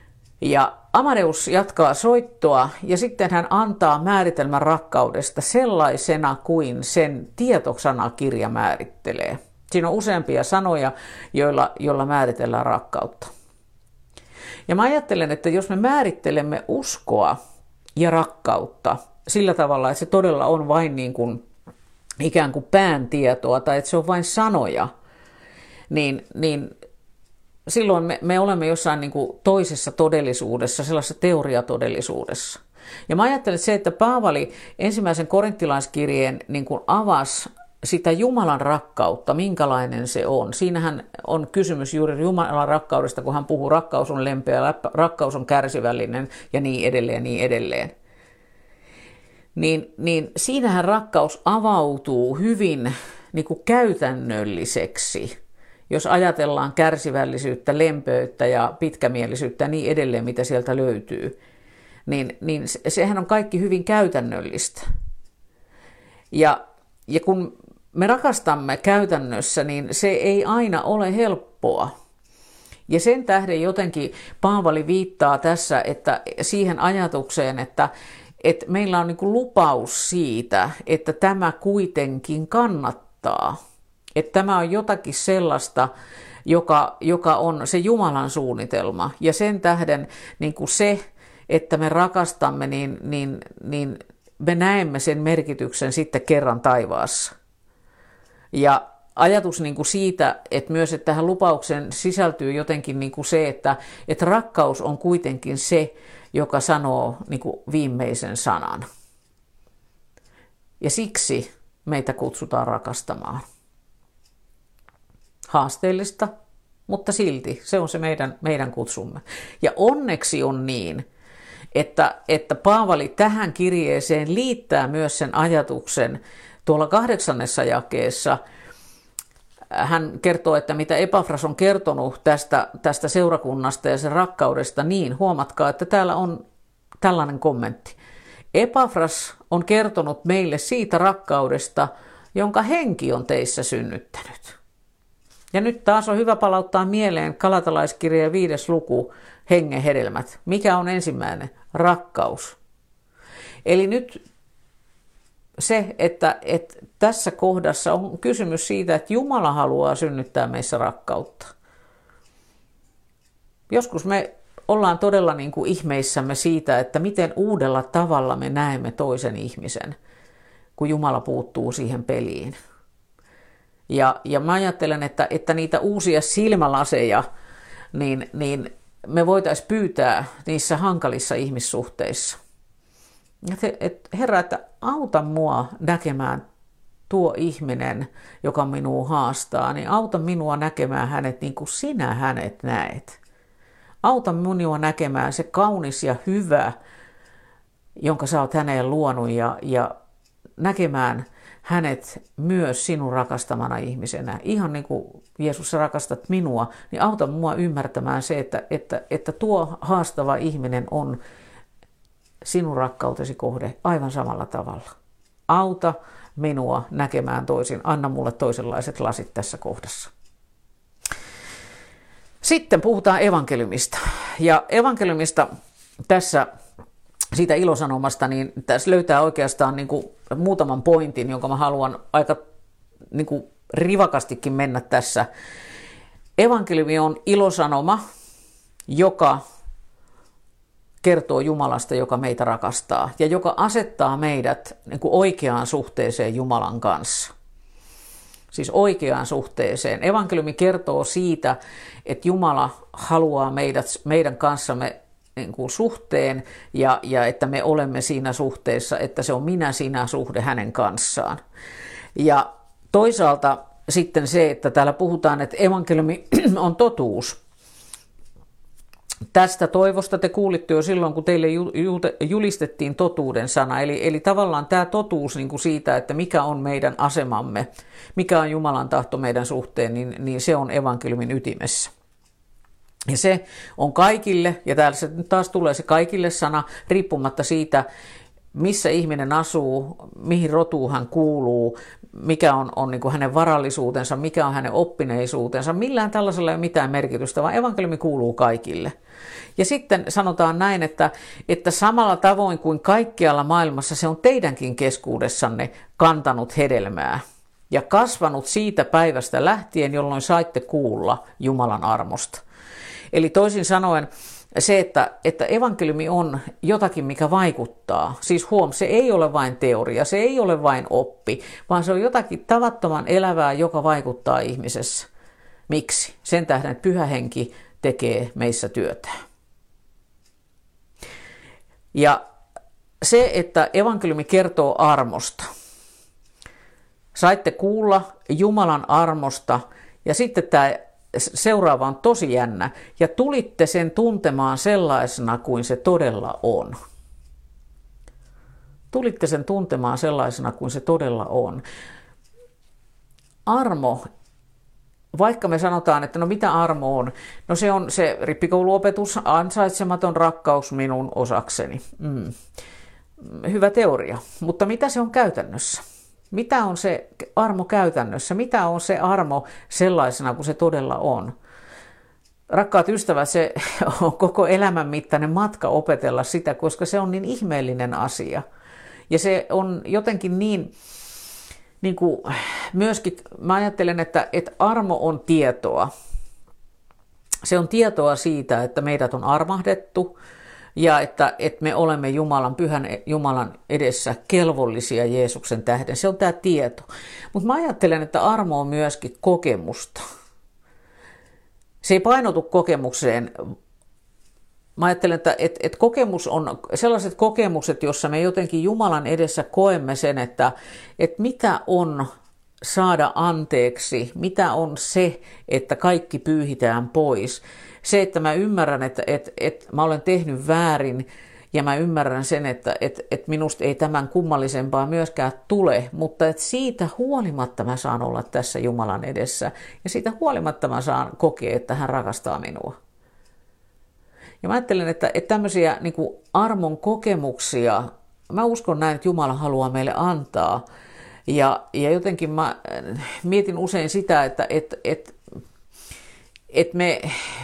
Speaker 2: Ja Amadeus jatkaa soittoa ja sitten hän antaa määritelmän rakkaudesta sellaisena kuin sen tietosanakirja määrittelee. Siinä on useampia sanoja, joilla, joilla määritellään rakkautta. Ja mä ajattelen, että jos me määrittelemme uskoa ja rakkautta sillä tavalla, että se todella on vain niin kuin ikään kuin pääntietoa tai että se on vain sanoja, niin, niin silloin me, me olemme jossain niin kuin toisessa todellisuudessa, sellaisessa teoriatodellisuudessa. Ja mä ajattelen, että se, että Paavali ensimmäisen korinttilaiskirjeen niin kuin avasi sitä Jumalan rakkautta, minkälainen se on. Siinähän on kysymys juuri Jumalan rakkaudesta, kun hän puhuu, rakkaus on lempeä, rakkaus on kärsivällinen ja niin edelleen, niin edelleen. Niin, niin siinähän rakkaus avautuu hyvin niin kuin käytännölliseksi, jos ajatellaan kärsivällisyyttä, lempöyttä ja pitkämielisyyttä ja niin edelleen, mitä sieltä löytyy. Niin, niin sehän on kaikki hyvin käytännöllistä. Ja, ja kun me rakastamme käytännössä, niin se ei aina ole helppoa. Ja sen tähden jotenkin Paavali viittaa tässä että siihen ajatukseen, että, että meillä on niin kuin lupaus siitä, että tämä kuitenkin kannattaa. Että tämä on jotakin sellaista, joka, joka on se Jumalan suunnitelma. Ja sen tähden niin kuin se, että me rakastamme, niin, niin, niin me näemme sen merkityksen sitten kerran taivaassa. Ja ajatus niin kuin siitä, että myös että tähän lupaukseen sisältyy jotenkin niin kuin se, että, että rakkaus on kuitenkin se, joka sanoo niin kuin viimeisen sanan. Ja siksi meitä kutsutaan rakastamaan. Haasteellista, mutta silti se on se meidän, meidän kutsumme. Ja onneksi on niin, että, että Paavali tähän kirjeeseen liittää myös sen ajatuksen tuolla kahdeksannessa jakeessa. Hän kertoo, että mitä Epafras on kertonut tästä, tästä seurakunnasta ja sen rakkaudesta, niin huomatkaa, että täällä on tällainen kommentti. Epafras on kertonut meille siitä rakkaudesta, jonka henki on teissä synnyttänyt. Ja nyt taas on hyvä palauttaa mieleen Galatalaiskirjeen viides luku, hengen hedelmät. Mikä on ensimmäinen? Rakkaus. Eli nyt se, että, että tässä kohdassa on kysymys siitä, että Jumala haluaa synnyttää meissä rakkautta. Joskus me ollaan todella niin kuin ihmeissämme siitä, että miten uudella tavalla me näemme toisen ihmisen, kun Jumala puuttuu siihen peliin. Ja, ja mä ajattelen, että, että niitä uusia silmälaseja, niin, niin me voitaisiin pyytää niissä hankalissa ihmissuhteissa. Et, et, Herra, että auta mua näkemään tuo ihminen, joka minua haastaa, niin auta minua näkemään hänet niin kuin sinä hänet näet. Auta minua näkemään se kaunis ja hyvä, jonka sä oot häneen luonut ja, ja näkemään hänet myös sinun rakastamana ihmisenä. Ihan niin kuin Jeesus, sä rakastat minua, niin auta mua ymmärtämään se, että, että, että tuo haastava ihminen on sinun rakkautesi kohde aivan samalla tavalla. Auta minua näkemään toisin. Anna mulle toisenlaiset lasit tässä kohdassa. Sitten puhutaan evankeliumista. Ja evankeliumista tässä siitä ilosanomasta, niin tässä löytää oikeastaan niin kuin muutaman pointin, jonka mä haluan aika niin kuin rivakastikin mennä tässä. Evankeliumi on ilosanoma, joka kertoo Jumalasta, joka meitä rakastaa ja joka asettaa meidät niin kuin oikeaan suhteeseen Jumalan kanssa. Siis oikeaan suhteeseen. Evankeliumi kertoo siitä, että Jumala haluaa meidät, meidän kanssamme niin kuin suhteen ja, ja että me olemme siinä suhteessa, että se on minä-sinä suhde hänen kanssaan. Ja toisaalta sitten se, että täällä puhutaan, että evankeliumi on totuus. Tästä toivosta te kuulitte jo silloin, kun teille julistettiin totuuden sana. Eli, eli tavallaan tämä totuus niin kuin siitä, että mikä on meidän asemamme, mikä on Jumalan tahto meidän suhteen, niin, niin se on evankeliumin ytimessä. Ja se on kaikille, ja täällä se taas tulee se kaikille sana, riippumatta siitä, missä ihminen asuu, mihin rotuun hän kuuluu, mikä on, on niin kuin hänen varallisuutensa, mikä on hänen oppineisuutensa. Millään tällaisella ei ole mitään merkitystä, vaan evankeliumi kuuluu kaikille. Ja sitten sanotaan näin, että, että samalla tavoin kuin kaikkialla maailmassa se on teidänkin keskuudessanne kantanut hedelmää ja kasvanut siitä päivästä lähtien, jolloin saitte kuulla Jumalan armosta. Eli toisin sanoen se, että, että evankeliumi on jotakin, mikä vaikuttaa. Siis huom, se ei ole vain teoria, se ei ole vain oppi, vaan se on jotakin tavattoman elävää, joka vaikuttaa ihmisessä. Miksi? Sen tähden, että Pyhä Henki tekee meissä työtään. Ja se, että evankeliumi kertoo armosta. Saitte kuulla Jumalan armosta ja sitten tämä seuraava on tosi jännä. Ja tulitte sen tuntemaan sellaisena kuin se todella on. Tulitte sen tuntemaan sellaisena kuin se todella on. Armo, vaikka me sanotaan, että no mitä armo on? No se on se rippikouluopetus, ansaitsematon rakkaus minun osakseni. Mm. Hyvä teoria, mutta mitä se on käytännössä? Mitä on se armo käytännössä? Mitä on se armo sellaisena kuin se todella on? Rakkaat ystävät, se on koko elämän mittainen matka opetella sitä, koska se on niin ihmeellinen asia. Ja se on jotenkin niin, niin kuin myöskin, mä ajattelen, että, että armo on tietoa. Se on tietoa siitä, että meidät on armahdettu ja että, että me olemme Jumalan, pyhän Jumalan edessä kelvollisia Jeesuksen tähden. Se on tämä tieto. Mutta mä ajattelen, että armo on myöskin kokemusta. Se ei painotu kokemukseen. Mä ajattelen, että, että, että kokemus on sellaiset kokemukset, joissa me jotenkin Jumalan edessä koemme sen, että, että mitä on saada anteeksi, mitä on se, että kaikki pyyhitään pois. Se, että mä ymmärrän, että, että, että mä olen tehnyt väärin ja mä ymmärrän sen, että, että, että minusta ei tämän kummallisempaa myöskään tule, mutta että siitä huolimatta mä saan olla tässä Jumalan edessä ja siitä huolimatta mä saan kokea, että hän rakastaa minua. Ja mä ajattelen, että, että tämmöisiä niin kuin armon kokemuksia, mä uskon näin, että Jumala haluaa meille antaa. Ja, ja jotenkin mä mietin usein sitä, että, että, että, että me,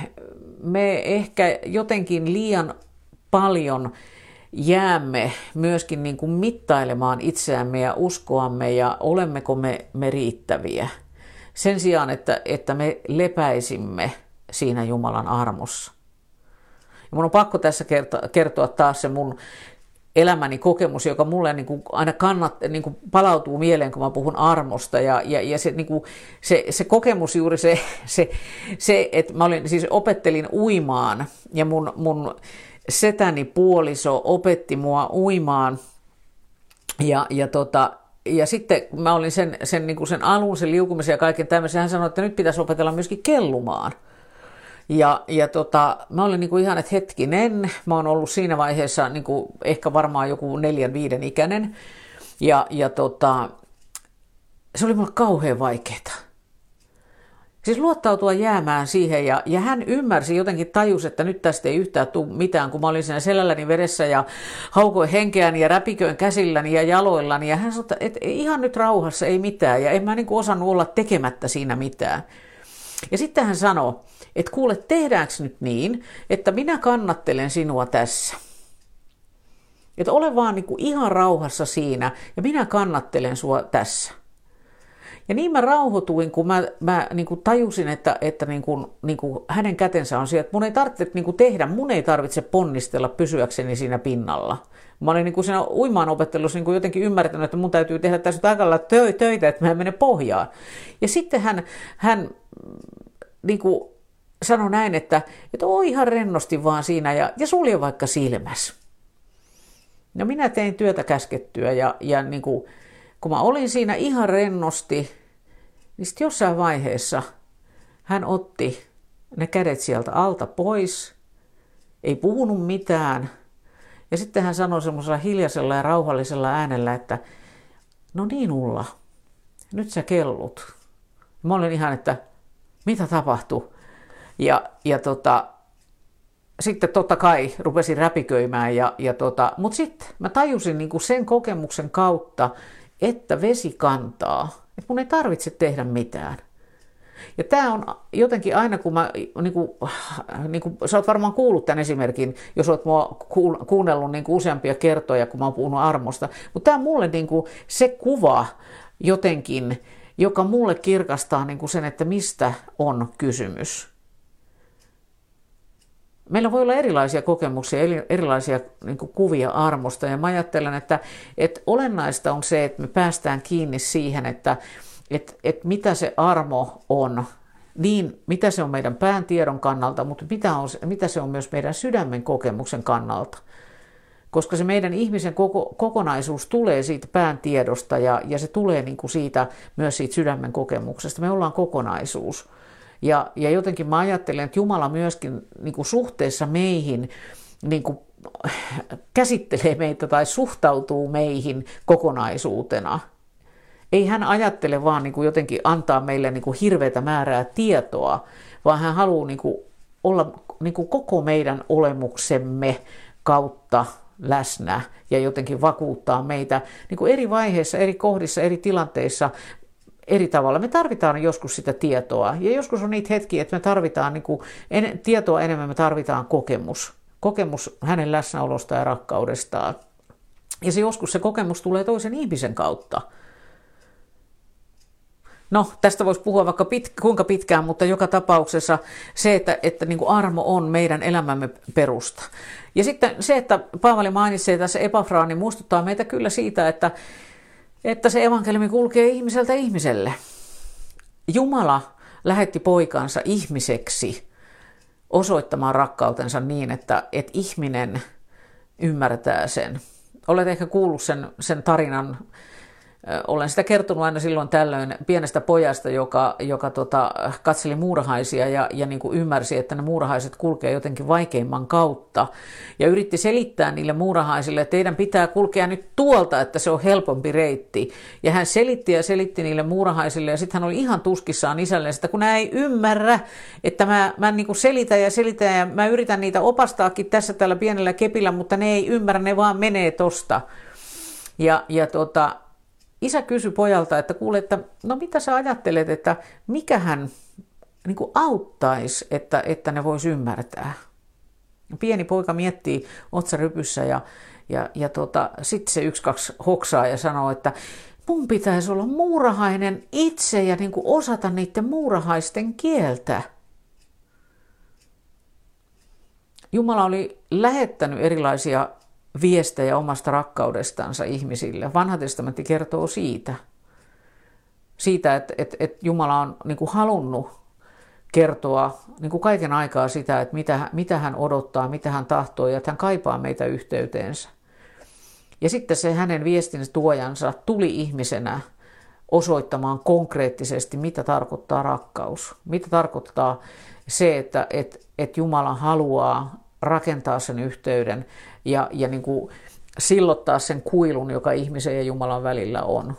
Speaker 2: me ehkä jotenkin liian paljon jäämme myöskin niin kuin mittailemaan itseämme ja uskoamme ja olemmeko me, me riittäviä. Sen sijaan, että, että me lepäisimme siinä Jumalan armossa. Ja mun on pakko tässä kertoa, kertoa taas se mun elämäni kokemus, joka mulle niin kuin aina kannat, niin kuin palautuu mieleen, kun mä puhun armosta. Ja, ja, ja se, niin kuin, se, se kokemus juuri se, se, se, että mä olin, siis opettelin uimaan ja mun, mun setäni puoliso opetti mua uimaan. Ja, ja, tota, ja sitten mä olin sen, sen, niin kuin sen alun, sen liukumisen ja kaiken tämmöisen. Hän sanoi, että nyt pitäisi opetella myöskin kellumaan. Ja, ja tota, mä olin niinku ihan, että hetkinen, mä oon ollut siinä vaiheessa niinku ehkä varmaan joku neljän, viiden ikäinen. Ja, ja tota, se oli mulle kauhean vaikeeta. Siis luottautua jäämään siihen ja, ja hän ymmärsi, jotenkin tajus, että nyt tästä ei yhtään tule mitään, kun mä olin siinä selälläni vedessä ja haukoin henkeäni ja räpiköin käsilläni ja jaloillani. Ja hän sanoi, että ihan nyt rauhassa ei mitään ja en mä niinku osannut olla tekemättä siinä mitään. Ja sitten hän sanoi, että kuule, tehdäänkö nyt niin, että minä kannattelen sinua tässä. Että ole vaan niin kuin ihan rauhassa siinä ja minä kannattelen sua tässä. Ja niin mä rauhoituin, kun mä, mä niin kuin tajusin, että, että niin kuin, niin kuin hänen kätensä on siellä, että mun ei tarvitse niin kuin tehdä, mun ei tarvitse ponnistella pysyäkseni siinä pinnalla. Mä olin niin kuin siinä uimaan opettelussa niin kuin jotenkin ymmärtänyt, että mun täytyy tehdä tässä takalla töitä, että mä en mene pohjaan. Ja sitten hän, hän niin kuin sanoi näin, että, että oo ihan rennosti vaan siinä ja, ja sulje vaikka silmäs. No minä tein työtä käskettyä ja, ja niin kuin, kun mä olin siinä ihan rennosti, niin sitten jossain vaiheessa hän otti ne kädet sieltä alta pois, ei puhunut mitään. Ja sitten hän sanoi semmoisella hiljaisella ja rauhallisella äänellä, että no niin Ulla, nyt sä kellut. Mä olin ihan, että mitä tapahtui? Ja, ja tota, sitten totta kai rupesin räpiköimään, ja, ja tota, mutta sitten mä tajusin niin kuin sen kokemuksen kautta, että vesi kantaa, että mun ei tarvitse tehdä mitään. Ja tämä on jotenkin aina, kun mä, niin kuin, niin kuin, sä oot varmaan kuullut tämän esimerkin, jos oot mua kuunnellut niin kuin useampia kertoja, kun mä oon puhunut armosta, mutta tämä on mulle niin kuin se kuva jotenkin, joka mulle kirkastaa niin kuin sen, että mistä on kysymys. Meillä voi olla erilaisia kokemuksia, erilaisia niin kuin kuvia armosta, ja mä ajattelen, että, että olennaista on se, että me päästään kiinni siihen, että Että et mitä se armo on, niin mitä se on meidän pään tiedon kannalta, mutta mitä, on, mitä se on myös meidän sydämen kokemuksen kannalta. Koska se meidän ihmisen koko, kokonaisuus tulee siitä pään tiedosta ja, ja se tulee niin kuin siitä, myös siitä sydämen kokemuksesta. Me ollaan kokonaisuus. Ja, ja jotenkin mä ajattelen, että Jumala myöskin niin kuin suhteessa meihin niin kuin käsittelee meitä tai suhtautuu meihin kokonaisuutena. Ei hän ajattele vaan niin kuin jotenkin antaa meille niin kuin hirveätä määrää tietoa, vaan hän haluaa niin kuin olla niin kuin koko meidän olemuksemme kautta läsnä ja jotenkin vakuuttaa meitä niin kuin eri vaiheissa, eri kohdissa, eri tilanteissa eri tavalla. Me tarvitaan joskus sitä tietoa ja joskus on niitä hetkiä, että me tarvitaan niin kuin en, tietoa enemmän, me tarvitaan kokemus. Kokemus hänen läsnäolosta ja rakkaudestaan. Ja se joskus se kokemus tulee toisen ihmisen kautta. No, tästä voisi puhua vaikka pit, kuinka pitkään, mutta joka tapauksessa se, että, että niin kuin armo on meidän elämämme perusta. Ja sitten se, että Paavali mainitsee tässä Epafraa, niin muistuttaa meitä kyllä siitä, että, että se evankeliumi kulkee ihmiseltä ihmiselle. Jumala lähetti poikansa ihmiseksi osoittamaan rakkautensa niin, että, että ihminen ymmärtää sen. Olet ehkä kuullut sen, sen tarinan. Olen sitä kertonut aina silloin tällöin pienestä pojasta, joka, joka tota, katseli muurahaisia ja, ja niin kuin ymmärsi, että ne muurahaiset kulkee jotenkin vaikeimman kautta. Ja yritti selittää niille muurahaisille, että teidän pitää kulkea nyt tuolta, että se on helpompi reitti. Ja hän selitti ja selitti niille muurahaisille ja sitten hän oli ihan tuskissaan isälleen, että kun nämä ei ymmärrä, että mä, mä niin kuin selitän ja selitän ja mä yritän niitä opastaakin tässä tällä pienellä kepillä, mutta ne ei ymmärrä, ne vaan menee tosta. Ja, ja tota... Isä kysyi pojalta, että kuule, että no mitä sä ajattelet, että mikähän niin kuin auttaisi, että, että ne vois ymmärtää. Pieni poika miettii otsarypyssä ja, ja, ja tota, sitten se yksi kaksi hoksaa ja sanoo, että mun pitäisi olla muurahainen itse ja niin kuin osata niiden muurahaisten kieltä. Jumala oli lähettänyt erilaisia viestejä omasta rakkaudestansa ihmisille. Vanha testamentti kertoo siitä, siitä että, että, että Jumala on niin kuin halunnut kertoa niin kuin kaiken aikaa sitä, että mitä, mitä hän odottaa, mitä hän tahtoo ja että hän kaipaa meitä yhteyteensä. Ja sitten se hänen viestinsä tuojansa tuli ihmisenä osoittamaan konkreettisesti, mitä tarkoittaa rakkaus. Mitä tarkoittaa se, että, että, että Jumala haluaa rakentaa sen yhteyden ja, ja niin kuin sillottaa sen kuilun, joka ihmisen ja Jumalan välillä on.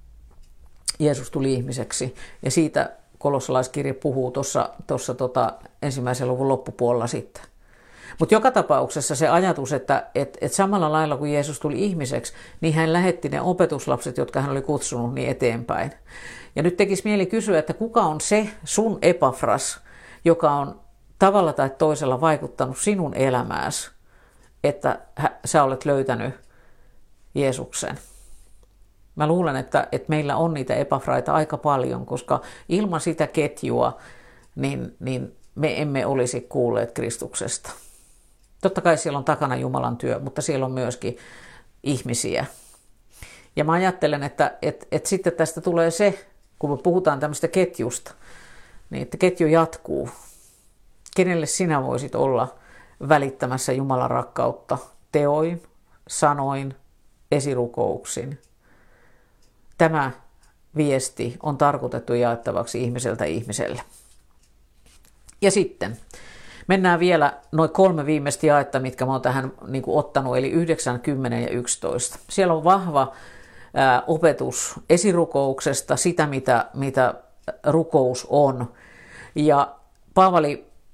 Speaker 2: Jeesus tuli ihmiseksi ja siitä kolossalaiskirja puhuu tuossa, tuossa tota ensimmäisen luvun loppupuolella sitten. Mutta joka tapauksessa se ajatus, että et, et samalla lailla kuin Jeesus tuli ihmiseksi, niin hän lähetti ne opetuslapset, jotka hän oli kutsunut, niin eteenpäin. Ja nyt tekisi mieli kysyä, että kuka on se sun Epafras, joka on tavalla tai toisella vaikuttanut sinun elämääsi, että sä olet löytänyt Jeesuksen. Mä luulen, että, että meillä on niitä Epafraita aika paljon, koska ilman sitä ketjua niin, niin me emme olisi kuulleet Kristuksesta. Totta kai siellä on takana Jumalan työ, mutta siellä on myöskin ihmisiä. Ja mä ajattelen, että, että, että sitten tästä tulee se, kun me puhutaan tämmöistä ketjusta, niin että ketju jatkuu. Kenelle sinä voisit olla välittämässä Jumalan rakkautta teoin, sanoin, esirukouksin? Tämä viesti on tarkoitettu jaettavaksi ihmiseltä ihmiselle. Ja sitten mennään vielä noin kolme viimeistä jaetta, mitkä mä oon tähän niin kuin ottanut, eli yhdeksän, kymmenen ja yksitoista. Siellä on vahva ää, opetus esirukouksesta, sitä mitä, mitä rukous on. Ja Paavali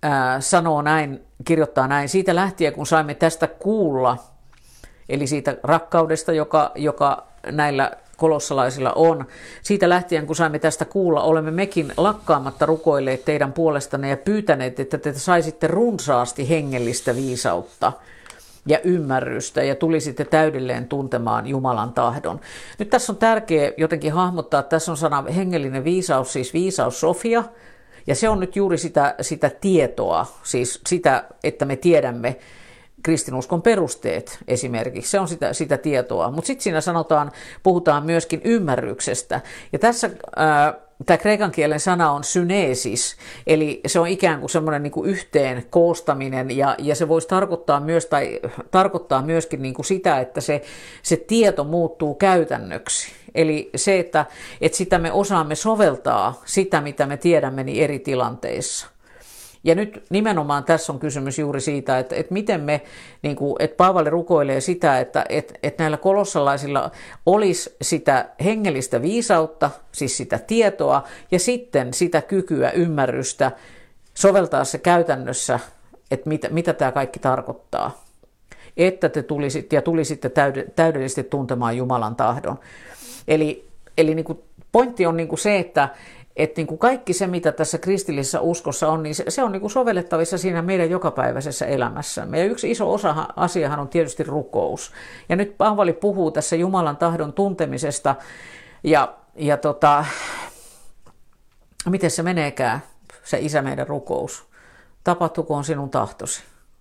Speaker 2: ää, sanoo näin, kirjoittaa näin, siitä lähtien kun saimme tästä kuulla, eli siitä rakkaudesta, joka, joka näillä kolossalaisilla on, siitä lähtien kun saimme tästä kuulla, olemme mekin lakkaamatta rukoilleet teidän puolestanne ja pyytäneet, että te saisitte runsaasti hengellistä viisautta ja ymmärrystä ja tulisitte täydelleen tuntemaan Jumalan tahdon. Nyt tässä on tärkeää jotenkin hahmottaa, että tässä on sana hengellinen viisaus, siis viisaus Sofia, ja se on nyt juuri sitä, sitä tietoa, siis sitä, että me tiedämme kristinuskon perusteet esimerkiksi, se on sitä, sitä tietoa. Mutta sitten siinä sanotaan, puhutaan myöskin ymmärryksestä. Ja tässä tämä kreikan kielen sana on syneesis, eli se on ikään kuin semmoinen niin kuin yhteen koostaminen, ja, ja se voisi tarkoittaa, myös, tai, tarkoittaa myöskin niin kuin sitä, että se, se tieto muuttuu käytännöksi. Eli se, että, että sitä me osaamme soveltaa, sitä mitä me tiedämme niin eri tilanteissa. Ja nyt nimenomaan tässä on kysymys juuri siitä, että, että miten me, niin kuin, että Paavali rukoilee sitä, että, että, että näillä kolossalaisilla olisi sitä hengellistä viisautta, siis sitä tietoa, ja sitten sitä kykyä, ymmärrystä soveltaa se käytännössä, että mitä, mitä tämä kaikki tarkoittaa. Että te tulisitte ja tulisitte täydellisesti tuntemaan Jumalan tahdon. Eli, eli niin kuin pointti on niin kuin se, että Että niin kuin kaikki se, mitä tässä kristillisessä uskossa on, niin se, se on niin kuin sovellettavissa siinä meidän jokapäiväisessä elämässämme. Ja yksi iso osa asiahan on tietysti rukous. Ja nyt Paavali puhuu tässä Jumalan tahdon tuntemisesta. Ja, ja tota, miten se meneekään, se Isä meidän rukous? Tapahtukoon sinun tahtosi.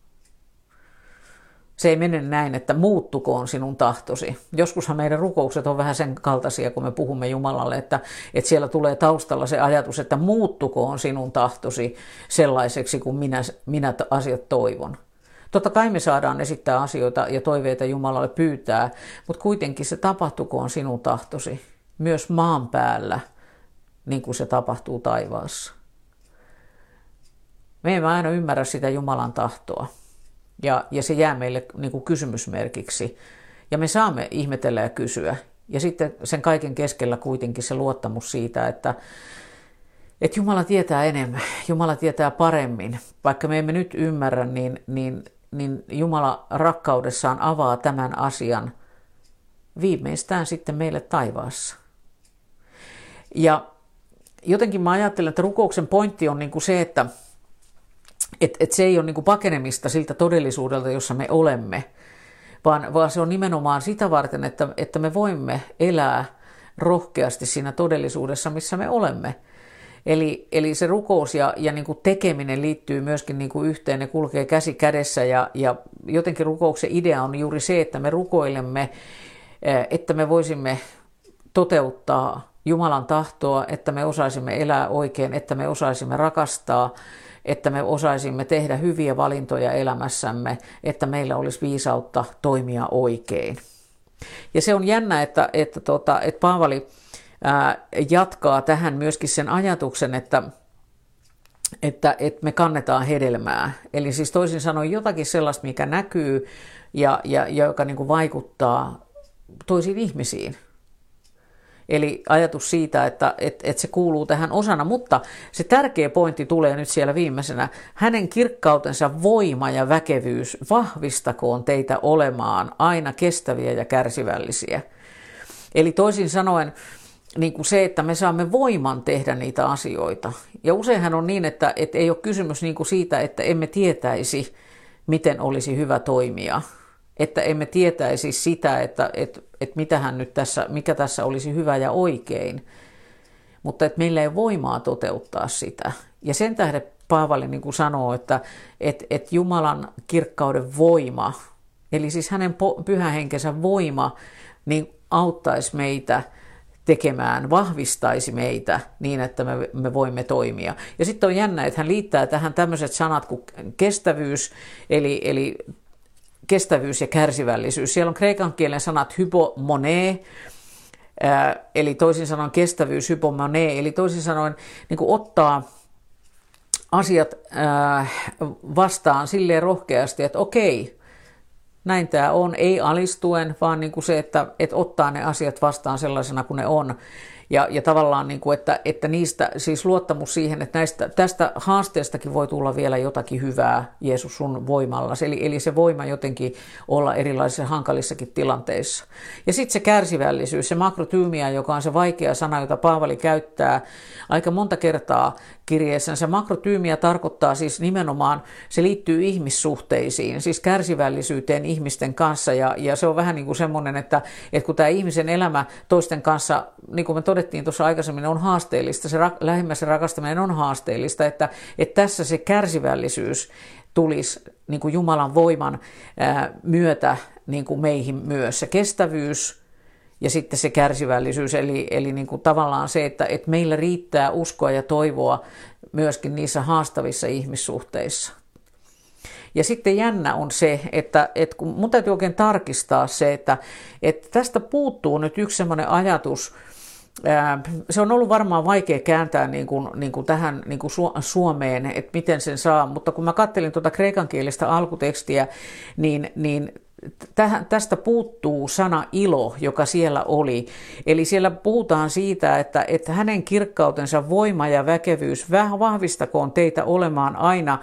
Speaker 2: Se ei mene näin, että muuttukoon sinun tahtosi. Joskushan meidän rukoukset on vähän sen kaltaisia, kun me puhumme Jumalalle, että, että siellä tulee taustalla se ajatus, että muuttukoon sinun tahtosi sellaiseksi, kuin minä, minä asiat toivon. Totta kai me saadaan esittää asioita ja toiveita Jumalalle pyytää, mutta kuitenkin se tapahtukoon sinun tahtosi myös maan päällä, niin kuin se tapahtuu taivaassa. Me emme aina ymmärrä sitä Jumalan tahtoa. Ja, ja se jää meille niin kuin kysymysmerkiksi. Ja me saamme ihmetellä ja kysyä. Ja sitten sen kaiken keskellä kuitenkin se luottamus siitä, että, että Jumala tietää enemmän, Jumala tietää paremmin. Vaikka me emme nyt ymmärrä, niin, niin, niin Jumala rakkaudessaan avaa tämän asian viimeistään sitten meille taivaassa. Ja jotenkin mä ajattelen, että rukouksen pointti on niin kuin se, että Että et se ei ole niinku pakenemista siltä todellisuudelta, jossa me olemme, vaan, vaan se on nimenomaan sitä varten, että, että me voimme elää rohkeasti siinä todellisuudessa, missä me olemme. Eli, eli se rukous ja, ja niinku tekeminen liittyy myöskin niinku yhteen, ne kulkee käsi kädessä, ja, ja jotenkin rukouksen idea on juuri se, että me rukoilemme, että me voisimme toteuttaa Jumalan tahtoa, että me osaisimme elää oikein, että me osaisimme rakastaa, että me osaisimme tehdä hyviä valintoja elämässämme, että meillä olisi viisautta toimia oikein. Ja se on jännä, että, että, tota, että Paavali ää, jatkaa tähän myöskin sen ajatuksen, että, että, että me kannetaan hedelmää. Eli siis toisin sanoen jotakin sellaista, mikä näkyy ja, ja, ja joka niin kuin vaikuttaa toisiin ihmisiin. Eli ajatus siitä, että, että, että se kuuluu tähän osana, mutta se tärkeä pointti tulee nyt siellä viimeisenä. Hänen kirkkautensa voima ja väkevyys vahvistakoon teitä olemaan aina kestäviä ja kärsivällisiä. Eli toisin sanoen niin kuin se, että me saamme voiman tehdä niitä asioita. Ja useinhan on niin, että, että ei ole kysymys niin kuin siitä, että emme tietäisi, miten olisi hyvä toimia. Että emme tietäisi sitä, että, että, että mitähän nyt tässä, mikä tässä olisi hyvä ja oikein, mutta että meillä ei ole voimaa toteuttaa sitä. Ja sen tähden Paavali niin kuin sanoo, että, että, että Jumalan kirkkauden voima, eli siis hänen pyhähenkensä voima, niin auttaisi meitä tekemään, vahvistaisi meitä niin, että me, me voimme toimia. Ja sitten on jännä, että hän liittää tähän tämmöiset sanat kuin kestävyys, eli, eli kestävyys ja kärsivällisyys. Siellä on kreikan kielen sanat hypomone, eli toisin sanoen kestävyys, hypomone, eli toisin sanoen niin kuin ottaa asiat vastaan silleen rohkeasti, että okei, näin tämä on, ei alistuen, vaan niin kuin se, että, että ottaa ne asiat vastaan sellaisena kuin ne on. Ja, ja tavallaan, niin kuin, että, että niistä siis luottamus siihen, että näistä, tästä haasteestakin voi tulla vielä jotakin hyvää Jeesus sun voimalla. Eli, eli se voima jotenkin olla erilaisissa hankalissakin tilanteissa. Ja sitten se kärsivällisyys, se makrotyymia, joka on se vaikea sana, jota Paavali käyttää aika monta kertaa kirjeessään. Se makrotyymia tarkoittaa siis nimenomaan, se liittyy ihmissuhteisiin, siis kärsivällisyyteen ihmisten kanssa. Ja, ja se on vähän niin kuin semmoinen, että, että kun tämä ihmisen elämä toisten kanssa, niin kuin me todettiin tuossa aikaisemmin, on haasteellista, se ra- lähimmäisen rakastaminen on haasteellista, että, että tässä se kärsivällisyys tulisi niin kuin Jumalan voiman ää, myötä niin kuin meihin myös. Se kestävyys ja sitten se kärsivällisyys, eli, eli niin kuin tavallaan se, että, että meillä riittää uskoa ja toivoa myöskin niissä haastavissa ihmissuhteissa. Ja sitten jännä on se, että, että kun mun täytyy oikein tarkistaa se, että, että tästä puuttuu nyt yksi semmoinen ajatus. Se on ollut varmaan vaikea kääntää niin kuin, niin kuin tähän niin kuin suomeen, että miten sen saa, mutta kun mä kattelin tuota kreikankielistä alkutekstiä, niin, niin tästä puuttuu sana ilo, joka siellä oli. Eli siellä puhutaan siitä, että, että hänen kirkkautensa voima ja väkevyys vahvistakoon teitä olemaan aina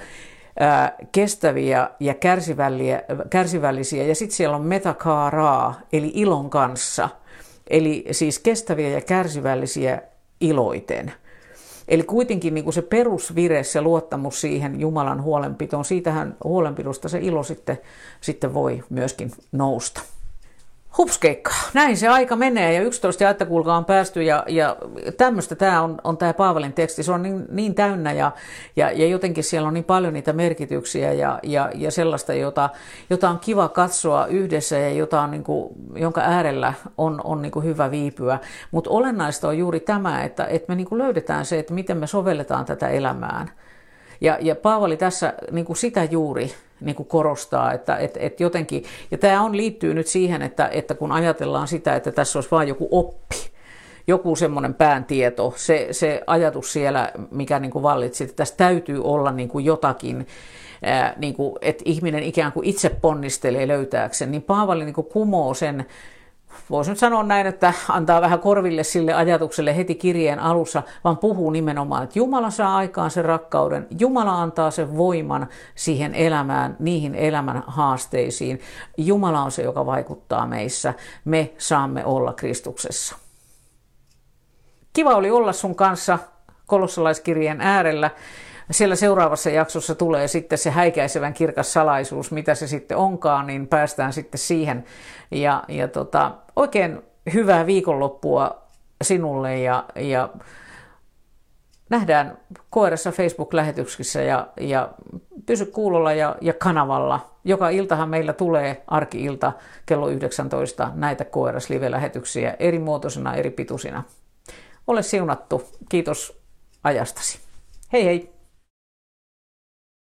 Speaker 2: kestäviä ja kärsivällisiä. Ja sitten siellä on metakaaraa, eli ilon kanssa. Eli siis kestäviä ja kärsivällisiä iloiten. Eli kuitenkin niin kuin se perusvire, se luottamus siihen Jumalan huolenpitoon, siitähän huolenpidosta se ilo sitten, sitten voi myöskin nousta. Hupskeikka, näin se aika menee ja yksitoista jaetta kuulkaa on päästy ja, ja tämmöistä tämä on, on tämä Paavalin teksti, se on niin, niin täynnä ja, ja, ja jotenkin siellä on niin paljon niitä merkityksiä ja, ja, ja sellaista, jota, jota on kiva katsoa yhdessä ja jota on, niin kuin, jonka äärellä on, on niin kuin hyvä viipyä, mutta olennaista on juuri tämä, että, että me niin kuin löydetään se, että miten me sovelletaan tätä elämään. Ja, ja Paavali tässä niin kuin sitä juuri niin kuin korostaa, että et, et jotenkin, ja tämä on, liittyy nyt siihen, että, että kun ajatellaan sitä, että tässä olisi vain joku oppi, joku semmoinen pääntieto, se, se ajatus siellä, mikä niin kuin vallitsi, että tässä täytyy olla niin kuin jotakin, ää, niin kuin, että ihminen ikään kuin itse ponnistelee löytääkseen, niin Paavali niin kuin kumoo sen. Voisi nyt sanoa näin, että antaa vähän korville sille ajatukselle heti kirjeen alussa, vaan puhuu nimenomaan, että Jumala saa aikaan sen rakkauden, Jumala antaa sen voiman siihen elämään, niihin elämän haasteisiin. Jumala on se, joka vaikuttaa meissä. Me saamme olla Kristuksessa. Kiva oli olla sun kanssa kolossalaiskirjeen äärellä. Siellä seuraavassa jaksossa tulee sitten se häikäisevän kirkas salaisuus, mitä se sitten onkaan, niin päästään sitten siihen. Ja, ja tota, oikein hyvää viikonloppua sinulle ja, ja nähdään K R S Facebook-lähetyksissä ja, ja pysy kuulolla ja, ja kanavalla. Joka iltahan meillä tulee arki-ilta kello yhdeksäntoista näitä K R S-live-lähetyksiä eri muotoisina, eri pituisina. Ole siunattu. Kiitos ajastasi. Hei hei!